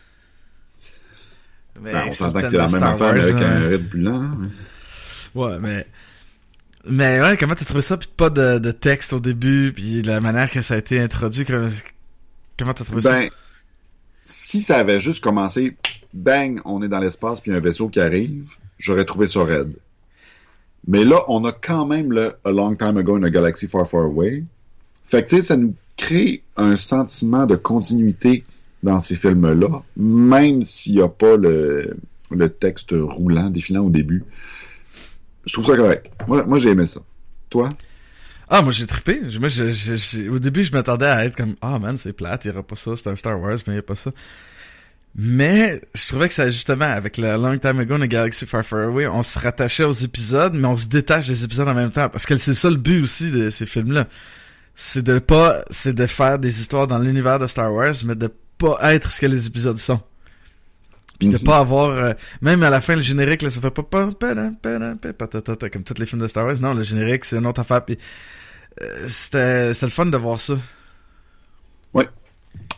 Ben, on s'entend que c'est la même affaire avec un rythme plus lent. Hein. Ouais, mais ouais, comment t'as trouvé ça, pis pas de texte au début, puis la manière que ça a été introduit, comment t'as trouvé ça? Ben, si ça avait juste commencé, bang, on est dans l'espace, puis un vaisseau qui arrive, j'aurais trouvé ça raide. Mais là, on a quand même le A Long Time Ago in a Galaxy Far Far Away. Fait que, tu sais, ça nous crée un sentiment de continuité dans ces films-là, même s'il n'y a pas le texte roulant, défilant au début. Je trouve ça correct. Moi j'ai aimé ça. Toi? Ah, moi, j'ai trippé. Moi, au début, je m'attendais à être comme, man, c'est plate, il n'y aura pas ça, c'est un Star Wars, mais il n'y a pas ça. Mais, je trouvais que ça, justement, avec le Long Time Ago in a Galaxy Far Far Away, on se rattachait aux épisodes, mais on se détache des épisodes en même temps. Parce que c'est ça le but aussi de ces films-là. C'est de faire des histoires dans l'univers de Star Wars, mais de pas être ce que les épisodes sont. Puis de pas avoir... même à la fin, le générique, là, ça fait pas... comme tous les films de Star Wars. Non, le générique, c'est une autre affaire. Puis c'était le fun de voir ça.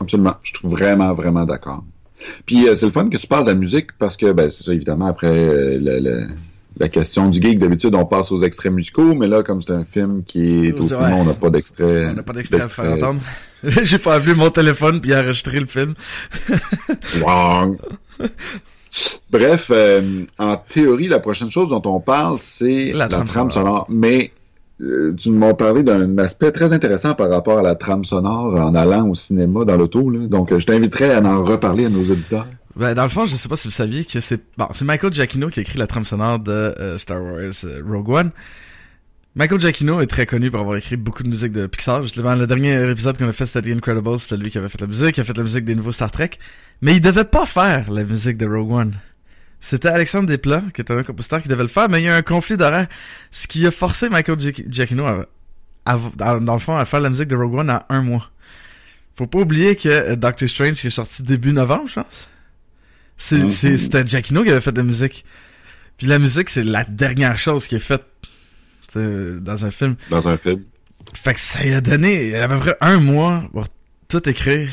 Absolument. Je trouve vraiment, vraiment d'accord. Puis c'est le fun que tu parles de la musique parce que, c'est ça, évidemment, après la question du geek, d'habitude, on passe aux extraits musicaux, mais là, comme c'est un film qui est au cinéma, on n'a pas d'extrait. On n'a pas d'extrait à faire entendre. J'ai pas appelé mon téléphone puis enregistré le film. Wrong. Bref, en théorie, la prochaine chose dont on parle, c'est la trame sonore. Mais tu m'as parlé d'un aspect très intéressant par rapport à la trame sonore en allant au cinéma dans l'auto. Là. Donc, je t'inviterai à en reparler à nos auditeurs. Dans le fond, je sais pas si vous saviez que c'est Michael Giacchino qui a écrit la trame sonore de Star Wars Rogue One. Michael Giacchino est très connu pour avoir écrit beaucoup de musique de Pixar. Justement, le dernier épisode qu'on a fait, c'était The Incredibles, c'était lui qui avait fait la musique, il a fait la musique des nouveaux Star Trek. Mais il devait pas faire la musique de Rogue One. C'était Alexandre Desplat, qui était un compositeur, qui devait le faire, mais il y a un conflit d'horaire, ce qui a forcé Michael Giacchino dans le fond, à faire la musique de Rogue One en 1 mois. Faut pas oublier que Doctor Strange, qui est sorti début novembre, je pense. C'était Giacchino qui avait fait la musique. Puis la musique, c'est la dernière chose qui est faite dans un film. Dans un film. Fait que ça a donné à peu près 1 mois pour tout écrire.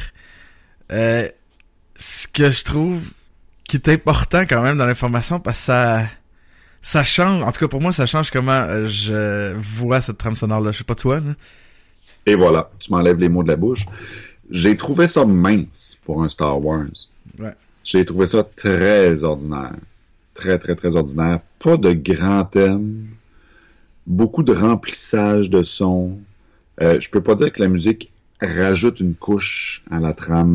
Ce que je trouve qui est important quand même dans l'information, parce que ça change, en tout cas pour moi, ça change comment je vois cette trame sonore-là. Je sais pas toi, là. Et voilà, tu m'enlèves les mots de la bouche. J'ai trouvé ça mince pour un Star Wars. Ouais. J'ai trouvé ça très ordinaire. Très, très, très ordinaire. Pas de grand thème. Beaucoup de remplissage de sons. Je peux pas dire que la musique rajoute une couche à la trame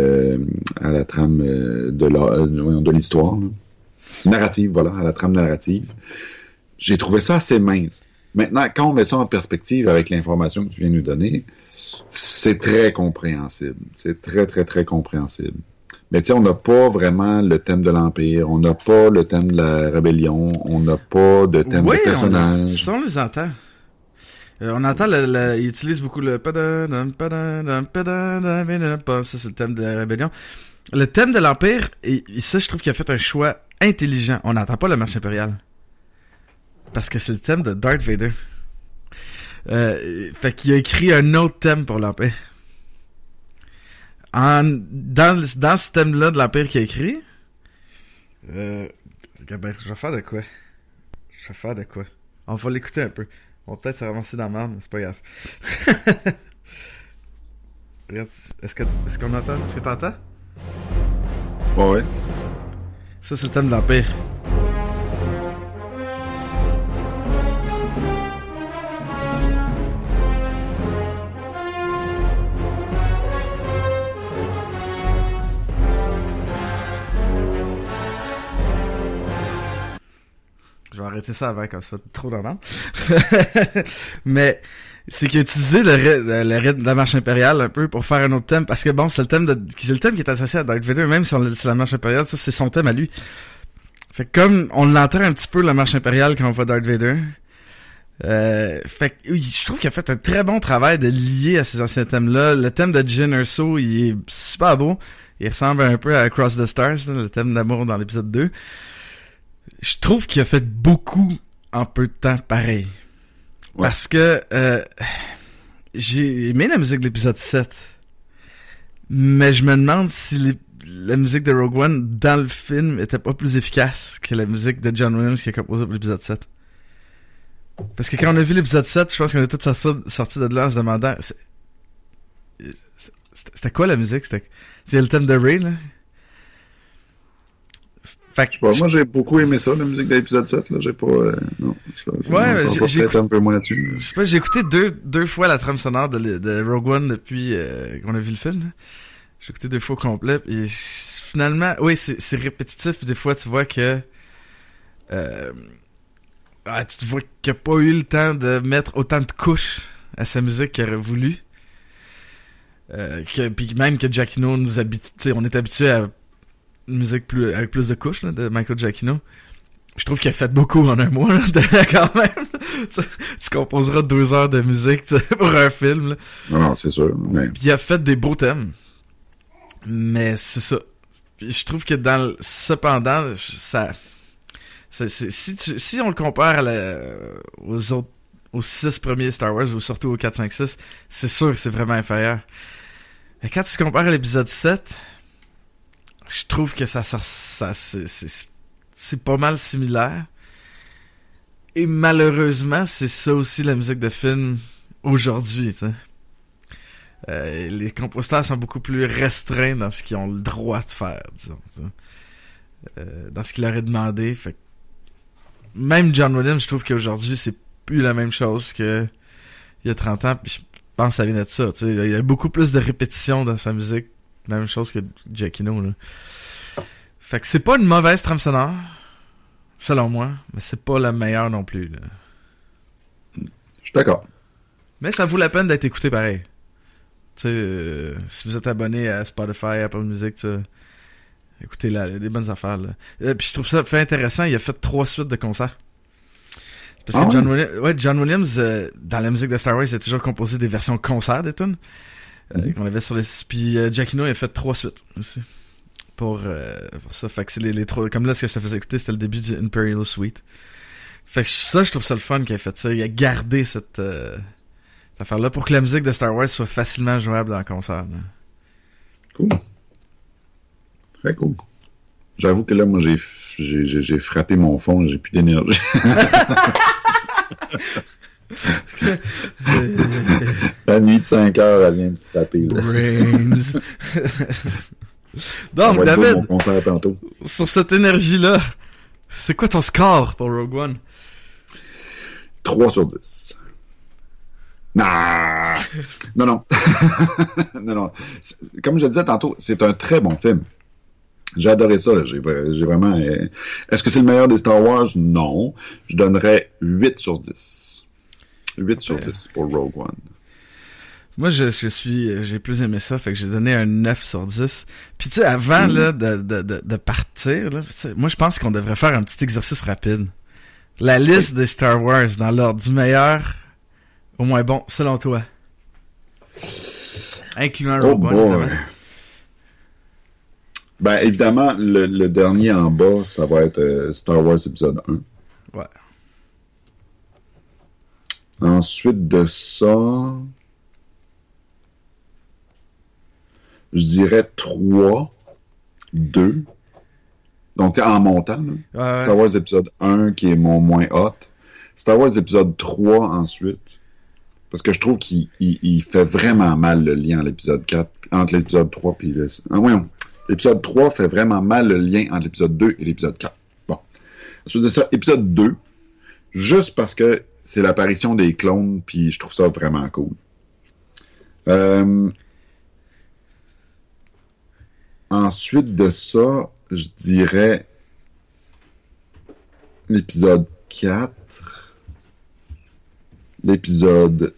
de l'histoire. Là. Narrative, voilà, à la trame narrative. J'ai trouvé ça assez mince. Maintenant, quand on met ça en perspective avec l'information que tu viens de nous donner, c'est très compréhensible. C'est très, très, très compréhensible. Mais tu sais, on n'a pas vraiment le thème de l'Empire, on n'a pas le thème de la rébellion, on n'a pas de thème de personnage. On les entend. On entend il utilise beaucoup le ça c'est le thème de la rébellion. Le thème de l'Empire, et ça je trouve qu'il a fait un choix intelligent. On n'entend pas la marche impériale. Parce que c'est le thème de Darth Vader. Fait qu'il a écrit un autre thème pour l'Empire. Dans ce thème-là de l'Empire qu'il a écrit, je vais faire de quoi? On va l'écouter un peu. On va peut-être se ramasser dans la merde, mais c'est pas grave. Regarde, est-ce qu'on entend? Est-ce que t'entends? Ouais. Ça, c'est le thème de l'Empire. Je vais arrêter ça avant qu'on se fasse trop d'amende. Mais c'est qu'il a utilisé le rythme de la marche impériale un peu pour faire un autre thème, parce que bon, c'est le thème qui est associé à Darth Vader, même si c'est la marche impériale, ça c'est son thème à lui. Fait que comme on l'entend un petit peu la marche impériale quand on voit Darth Vader, fait que oui, je trouve qu'il a fait un très bon travail de lier à ces anciens thèmes-là. Le thème de Jyn Erso, il est super beau. Il ressemble un peu à Across the Stars, là, le thème d'amour dans l'épisode 2. Je trouve qu'il a fait beaucoup en peu de temps pareil. Ouais. Parce que j'ai aimé la musique de l'épisode 7. Mais je me demande si la musique de Rogue One dans le film était pas plus efficace que la musique de John Williams qui a composé pour l'épisode 7. Parce que quand on a vu l'épisode 7, je pense qu'on est tous sortis de là en se demandant c'était quoi la musique? C'est le thème de Rey, là? Fait que, moi, j'ai beaucoup aimé ça, la musique de l'épisode 7, là. J'ai pas, non. J'ai écouté un peu moins là-dessus. Je sais pas, j'ai écouté deux fois la trame sonore de Rogue One depuis, qu'on a vu le film, là. J'ai écouté 2 fois au complet, et finalement, oui, c'est répétitif, pis des fois, tu vois que, tu vois qu'il n'y a pas eu le temps de mettre autant de couches à sa musique qu'il aurait voulu. Puis même que Giacchino nous habitue, on est habitué à une musique avec plus de couches, là, de Michael Giacchino. Je trouve qu'il a fait beaucoup en 1 mois, là, quand même. Tu composeras 2 heures de musique pour un film, là. Non, c'est sûr. Mais... Puis il a fait des beaux thèmes. Mais c'est ça. Puis je trouve que cependant, si on le compare aux 6 premiers Star Wars, ou surtout aux 4, 5, 6, c'est sûr que c'est vraiment inférieur. Et quand tu compares à l'épisode 7, je trouve que c'est pas mal similaire. Et malheureusement, c'est ça aussi la musique de film aujourd'hui, tu sais. Les compositeurs sont beaucoup plus restreints dans ce qu'ils ont le droit de faire, disons. Dans ce qu'il leur est demandé. Fait que même John Williams, je trouve qu'aujourd'hui, c'est plus la même chose que il y a 30 ans. Puis je pense que ça vient de ça. Tu sais, il y a beaucoup plus de répétitions dans sa musique. Même chose que Giacchino, là. Fait que c'est pas une mauvaise trame sonore, selon moi, mais c'est pas la meilleure non plus, là. Je suis d'accord. Mais ça vaut la peine d'être écouté pareil. Tu sais, si vous êtes abonné à Spotify, Apple Music, écoutez là, il y a des bonnes affaires là. Puis je trouve ça fait intéressant, il a fait 3 suites de concerts. Parce que John Williams, dans la musique de Star Wars, il a toujours composé des versions concert des tunes qu'on avait sur les. Puis Giacchino, il a fait 3 suites aussi pour ça. Fait que c'est les 3. Comme là, ce que je te faisais écouter, c'était le début du Imperial Suite. Fait que ça, je trouve ça le fun qu'il a fait ça. Il a gardé cette affaire-là pour que la musique de Star Wars soit facilement jouable en concert. Là. Cool. Très cool. J'avoue que là, moi, j'ai frappé mon fond, j'ai plus d'énergie. La nuit de 5 heures, elle vient de frapper. Là. Brains. Donc, David, mon concert tantôt. Sur cette énergie-là, c'est quoi ton score pour Rogue One? 3 sur 10. Nah. Non. Non. Comme je le disais tantôt, c'est un très bon film. J'ai adoré ça. Là. J'ai vraiment... Est-ce que c'est le meilleur des Star Wars? Non. Je donnerais 8 sur 10. 8 sur 10 pour Rogue One. Moi, j'ai plus aimé ça, fait que j'ai donné un 9 sur 10. Puis tu sais, avant là de partir, là, moi je pense qu'on devrait faire un petit exercice rapide. La liste des Star Wars dans l'ordre du meilleur au moins bon, selon toi. Incluant Rogue One. Ben, évidemment, le dernier en bas, ça va être Star Wars épisode 1. Ouais. Ensuite de ça, je dirais 3, 2. Donc, en montant, là. Ouais. Star Wars épisode 1 qui est mon moins hot. Star Wars épisode 3 ensuite. Parce que je trouve qu'il fait vraiment mal le lien entre l'épisode 3 et l'épisode 3 fait vraiment mal le lien entre l'épisode 2 et l'épisode 4. Bon. Ensuite de ça, épisode 2, juste parce que c'est l'apparition des clones, puis je trouve ça vraiment cool. Ensuite de ça, je dirais l'épisode 4, l'épisode...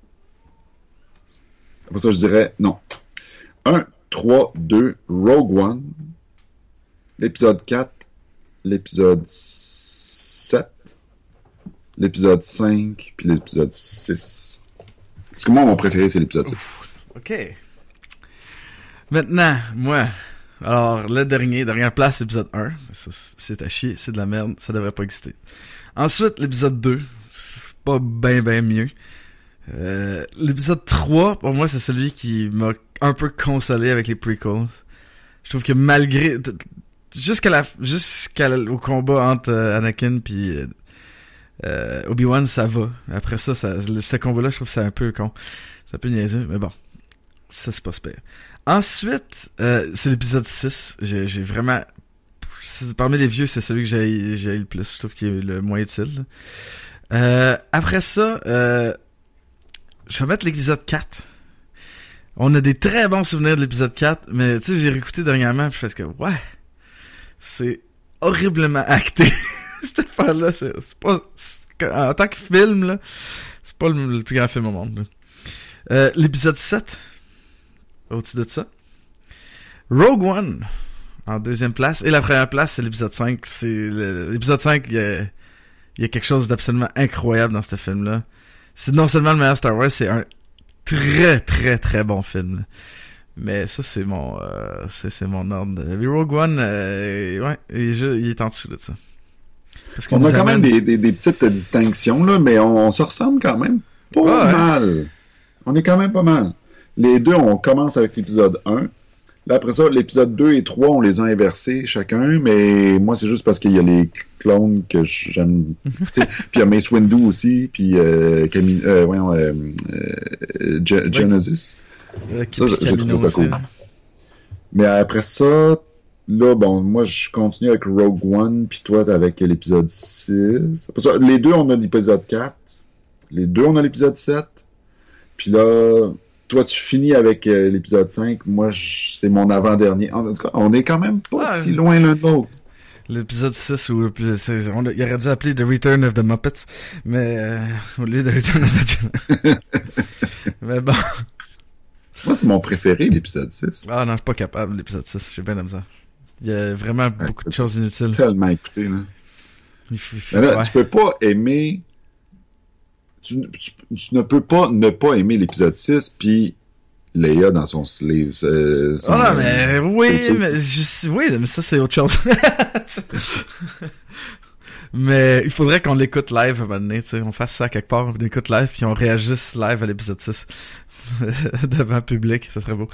Après ça, je dirais... Non. 1, 3, 2, Rogue One, l'épisode 4, l'épisode 7, l'épisode 5, puis l'épisode 6. Parce que moi, mon préféré, c'est l'épisode 6. OK. Maintenant, moi... Alors, dernière place, l'épisode 1. Ça, c'est à chier, c'est de la merde, ça devrait pas exister. Ensuite, l'épisode 2. C'est pas ben mieux. L'épisode 3, pour moi, c'est celui qui m'a un peu consolé avec les prequels. Je trouve que malgré... Jusqu'au combat entre Anakin puis Obi-Wan, ça va. Après ça, ce combat-là, je trouve que c'est un peu con. C'est un peu niaiseux, mais bon. Ça, c'est pas super. Ensuite, c'est l'épisode 6. J'ai vraiment... Parmi les vieux, c'est celui que j'ai le plus. Je trouve qu'il est le moins utile. Après ça, je vais mettre l'épisode 4. On a des très bons souvenirs de l'épisode 4, mais tu sais, j'ai réécouté dernièrement, puis je fais que, ouais, c'est horriblement acté. Cette affaire-là, c'est pas... En tant que film, là, c'est pas le plus grand film au monde. L'épisode 7... Au-dessus de ça. Rogue One, en deuxième place. Et la première place, c'est l'épisode 5. L'épisode 5, il y a quelque chose d'absolument incroyable dans ce film-là. C'est non seulement le meilleur Star Wars, c'est un très, très, très bon film. Là. Mais ça, c'est mon ordre. Le Rogue One, ouais, il est en dessous de ça. Parce on a quand même des petites distinctions, là, mais on se ressemble quand même pas mal. On est quand même pas mal. les deux, on commence avec l'épisode 1. Là, après ça, l'épisode 2 et 3, on les a inversés chacun, mais moi, c'est juste parce qu'il y a les clones que j'aime. Puis il y a Mace Windu aussi, puis Genesis. Ça, j'ai trouvé ça cool. Mais après ça, là, bon, moi, je continue avec Rogue One, puis toi, avec l'épisode 6. Après ça, les deux, on a l'épisode 4. Les deux, on a l'épisode 7. Puis là... Toi, tu finis avec l'épisode 5. Moi, c'est mon avant-dernier. En tout cas, on est quand même pas si loin l'un de l'autre. L'épisode 6, il aurait dû appeler The Return of the Muppets, mais au lieu de Return of the Jedi. Mais bon. Moi, c'est mon préféré, l'épisode 6. Ah non, je suis pas capable, l'épisode 6. J'ai bien de ça. Il y a vraiment beaucoup de choses inutiles. Tellement écouté, là. Là, tu peux pas aimer... Tu ne peux pas ne pas aimer l'épisode 6, puis Leia dans son sleeve. Non, mais oui, mais ça, c'est autre chose. Mais il faudrait qu'on l'écoute live à un moment donné, tu sais. On fasse ça quelque part, on l'écoute live, puis on réagisse live à l'épisode 6. Devant le public, ça serait beau.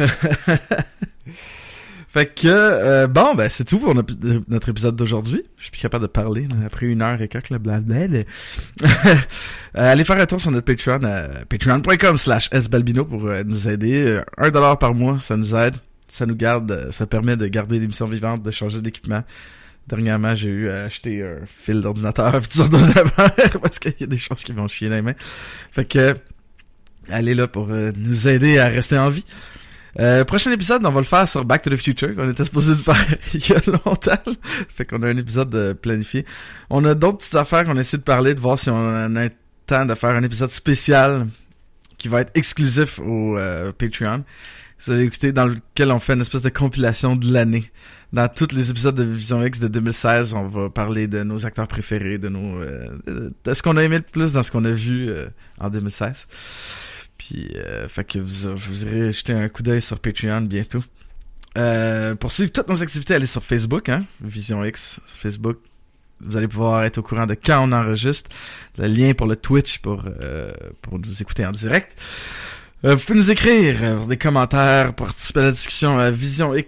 Fait que, bon, ben, c'est tout pour notre épisode d'aujourd'hui. Je suis plus capable de parler, là, après 1h15, le blabla. Allez faire un tour sur notre Patreon, patreon.com/sbalbino pour nous aider. $1 par mois, ça nous aide. Ça nous garde, ça permet de garder l'émission vivante, de changer d'équipement. Dernièrement, j'ai eu à acheter un fil d'ordinateur, puis toutes sortes d'affaires, parce qu'il y a des choses qui vont chier dans les mains. Fait que, allez là pour nous aider à rester en vie. Prochain épisode, on va le faire sur Back to the Future, qu'on était supposé de faire il y a longtemps. Fait qu'on a un épisode planifié. On a d'autres petites affaires qu'on essaie de parler, de voir si on a un temps de faire un épisode spécial qui va être exclusif au Patreon. Vous allez écouter, dans lequel on fait une espèce de compilation de l'année. Dans tous les épisodes de Vision X de 2016, on va parler de nos acteurs préférés, de de ce qu'on a aimé le plus dans ce qu'on a vu en 2016. Puis, fait que vous irez jeter un coup d'œil sur Patreon bientôt. Pour suivre toutes nos activités, allez sur Facebook, hein, Vision X, sur Facebook. Vous allez pouvoir être au courant de quand on enregistre. Le lien pour le Twitch pour nous écouter en direct. Vous pouvez nous écrire des commentaires, participer à la discussion à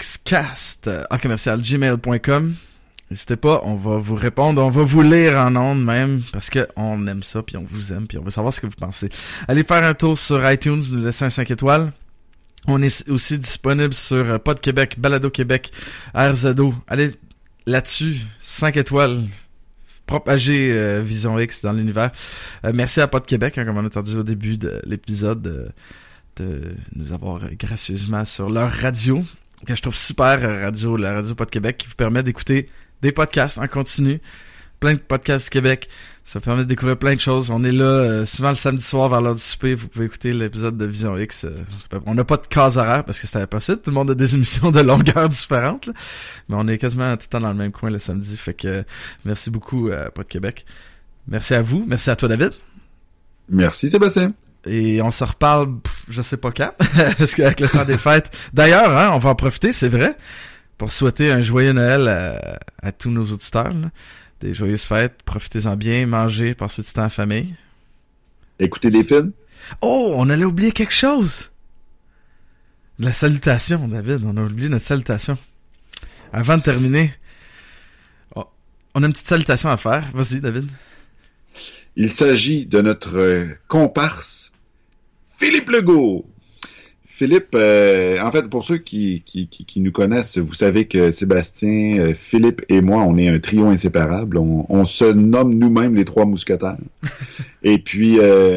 visionxcast@gmail.com. N'hésitez pas, on va vous répondre, on va vous lire en ondes même, parce que on aime ça, puis on vous aime, puis on veut savoir ce que vous pensez. Allez faire un tour sur iTunes, nous laisser un 5 étoiles. On est aussi disponible sur Pod Québec, Balado Québec, RZO. Allez là-dessus, 5 étoiles. Propager Vision X dans l'univers. Merci à Pod Québec, hein, comme on a entendu au début de l'épisode, de nous avoir gracieusement sur leur radio, que je trouve super, la radio Pod Québec, qui vous permet d'écouter des podcasts en continu, plein de podcasts du Québec. Ça vous permet de découvrir plein de choses. On est là souvent le samedi soir vers l'heure du souper. Vous pouvez écouter l'épisode de Vision X. On n'a pas de case horaire parce que c'était impossible. Tout le monde a des émissions de longueur différentes, là. Mais on est quasiment tout le temps dans le même coin le samedi. Fait que merci beaucoup à Pod Québec. Merci à vous. Merci à toi, David. Merci, Sébastien. Et on se reparle, je sais pas quand, parce qu'avec le temps des fêtes. D'ailleurs, hein, on va en profiter, c'est vrai, pour souhaiter un joyeux Noël à tous nos auditeurs, là. Des joyeuses fêtes, profitez-en bien, mangez, passez du temps en famille. Écoutez des films. Oh, on allait oublier quelque chose. La salutation, David, on a oublié notre salutation. Avant de terminer, on a une petite salutation à faire. Vas-y, David. Il s'agit de notre comparse, Philippe Legault. Philippe, en fait, pour ceux qui nous connaissent, vous savez que Sébastien, Philippe et moi, on est un trio inséparable. On se nomme nous-mêmes les trois mousquetaires. Et puis,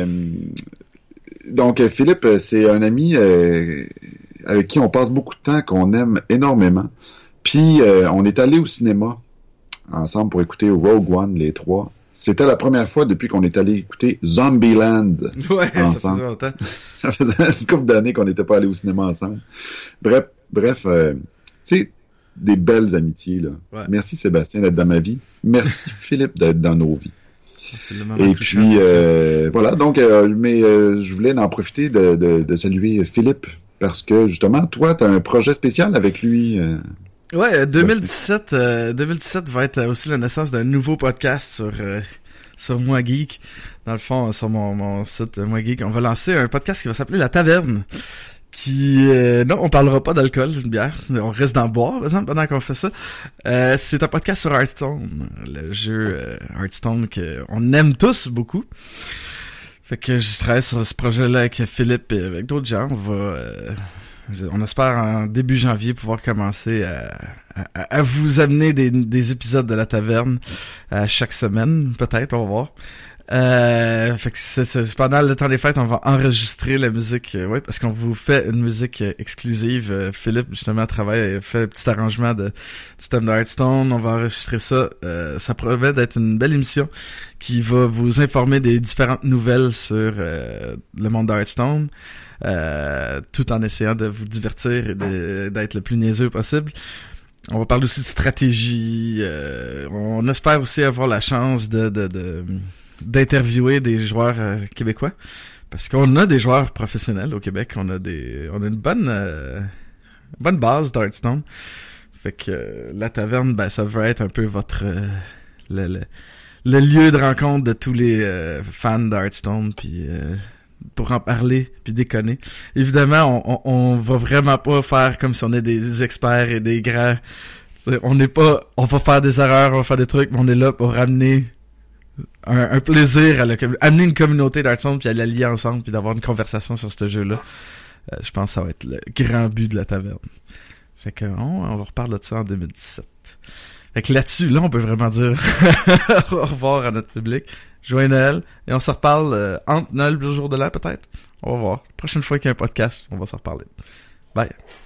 donc, Philippe, c'est un ami avec qui on passe beaucoup de temps, qu'on aime énormément. Puis, on est allé au cinéma ensemble pour écouter Rogue One, les trois. C'était la première fois depuis qu'on est allé écouter Zombieland ensemble. Ça faisait longtemps. Ça faisait une couple d'années qu'on n'était pas allé au cinéma ensemble. Bref, tu sais, des belles amitiés, là. Ouais. Merci Sébastien d'être dans ma vie. Merci Philippe d'être dans nos vies. Et puis, voilà, donc, je voulais en profiter de saluer Philippe, parce que, justement, toi, tu as un projet spécial avec lui. Ouais, 2017 va être aussi la naissance d'un nouveau podcast sur Moi Geek. Dans le fond, sur mon site Moi Geek, on va lancer un podcast qui va s'appeler La Taverne. Non, on parlera pas d'alcool, une bière. On reste d'en boire, par exemple, pendant qu'on fait ça. C'est un podcast sur Hearthstone, le jeu Hearthstone qu'on aime tous beaucoup. Fait que je travaille sur ce projet-là avec Philippe et avec d'autres gens. On espère en début janvier pouvoir commencer à vous amener des épisodes de La Taverne chaque semaine, peut-être, on va voir. Fait que c'est pendant le temps des fêtes, on va enregistrer la musique, parce qu'on vous fait une musique exclusive. Philippe, justement, fait un petit arrangement du thème de Hearthstone. On va enregistrer ça. Ça promet d'être une belle émission qui va vous informer des différentes nouvelles sur le monde de Hearthstone, tout en essayant de vous divertir et d'être le plus niaiseux possible. On va parler aussi de stratégie. On espère aussi avoir la chance d'interviewer des joueurs québécois, parce qu'on a des joueurs professionnels au Québec. On a une bonne base d'Hearthstone. Fait que La Taverne, ben ça va être un peu votre le lieu de rencontre de tous les fans d'Hearthstone, puis pour en parler puis déconner. Évidemment, on va vraiment pas faire comme si on est des experts et des grands. On va faire des erreurs, on va faire des trucs, mais on est là pour ramener un plaisir amener une communauté d'Hearthstone puis à la lier ensemble puis d'avoir une conversation sur ce jeu-là. Je pense que ça va être le grand but de La Taverne. Fait que on va reparler de ça en 2017. Fait que là-dessus, on peut vraiment dire au revoir à notre public. Joyeux Noël. Et on se reparle entre Noël et le jour de l'an, peut-être. On va voir. La prochaine fois qu'il y a un podcast, on va se reparler. Bye.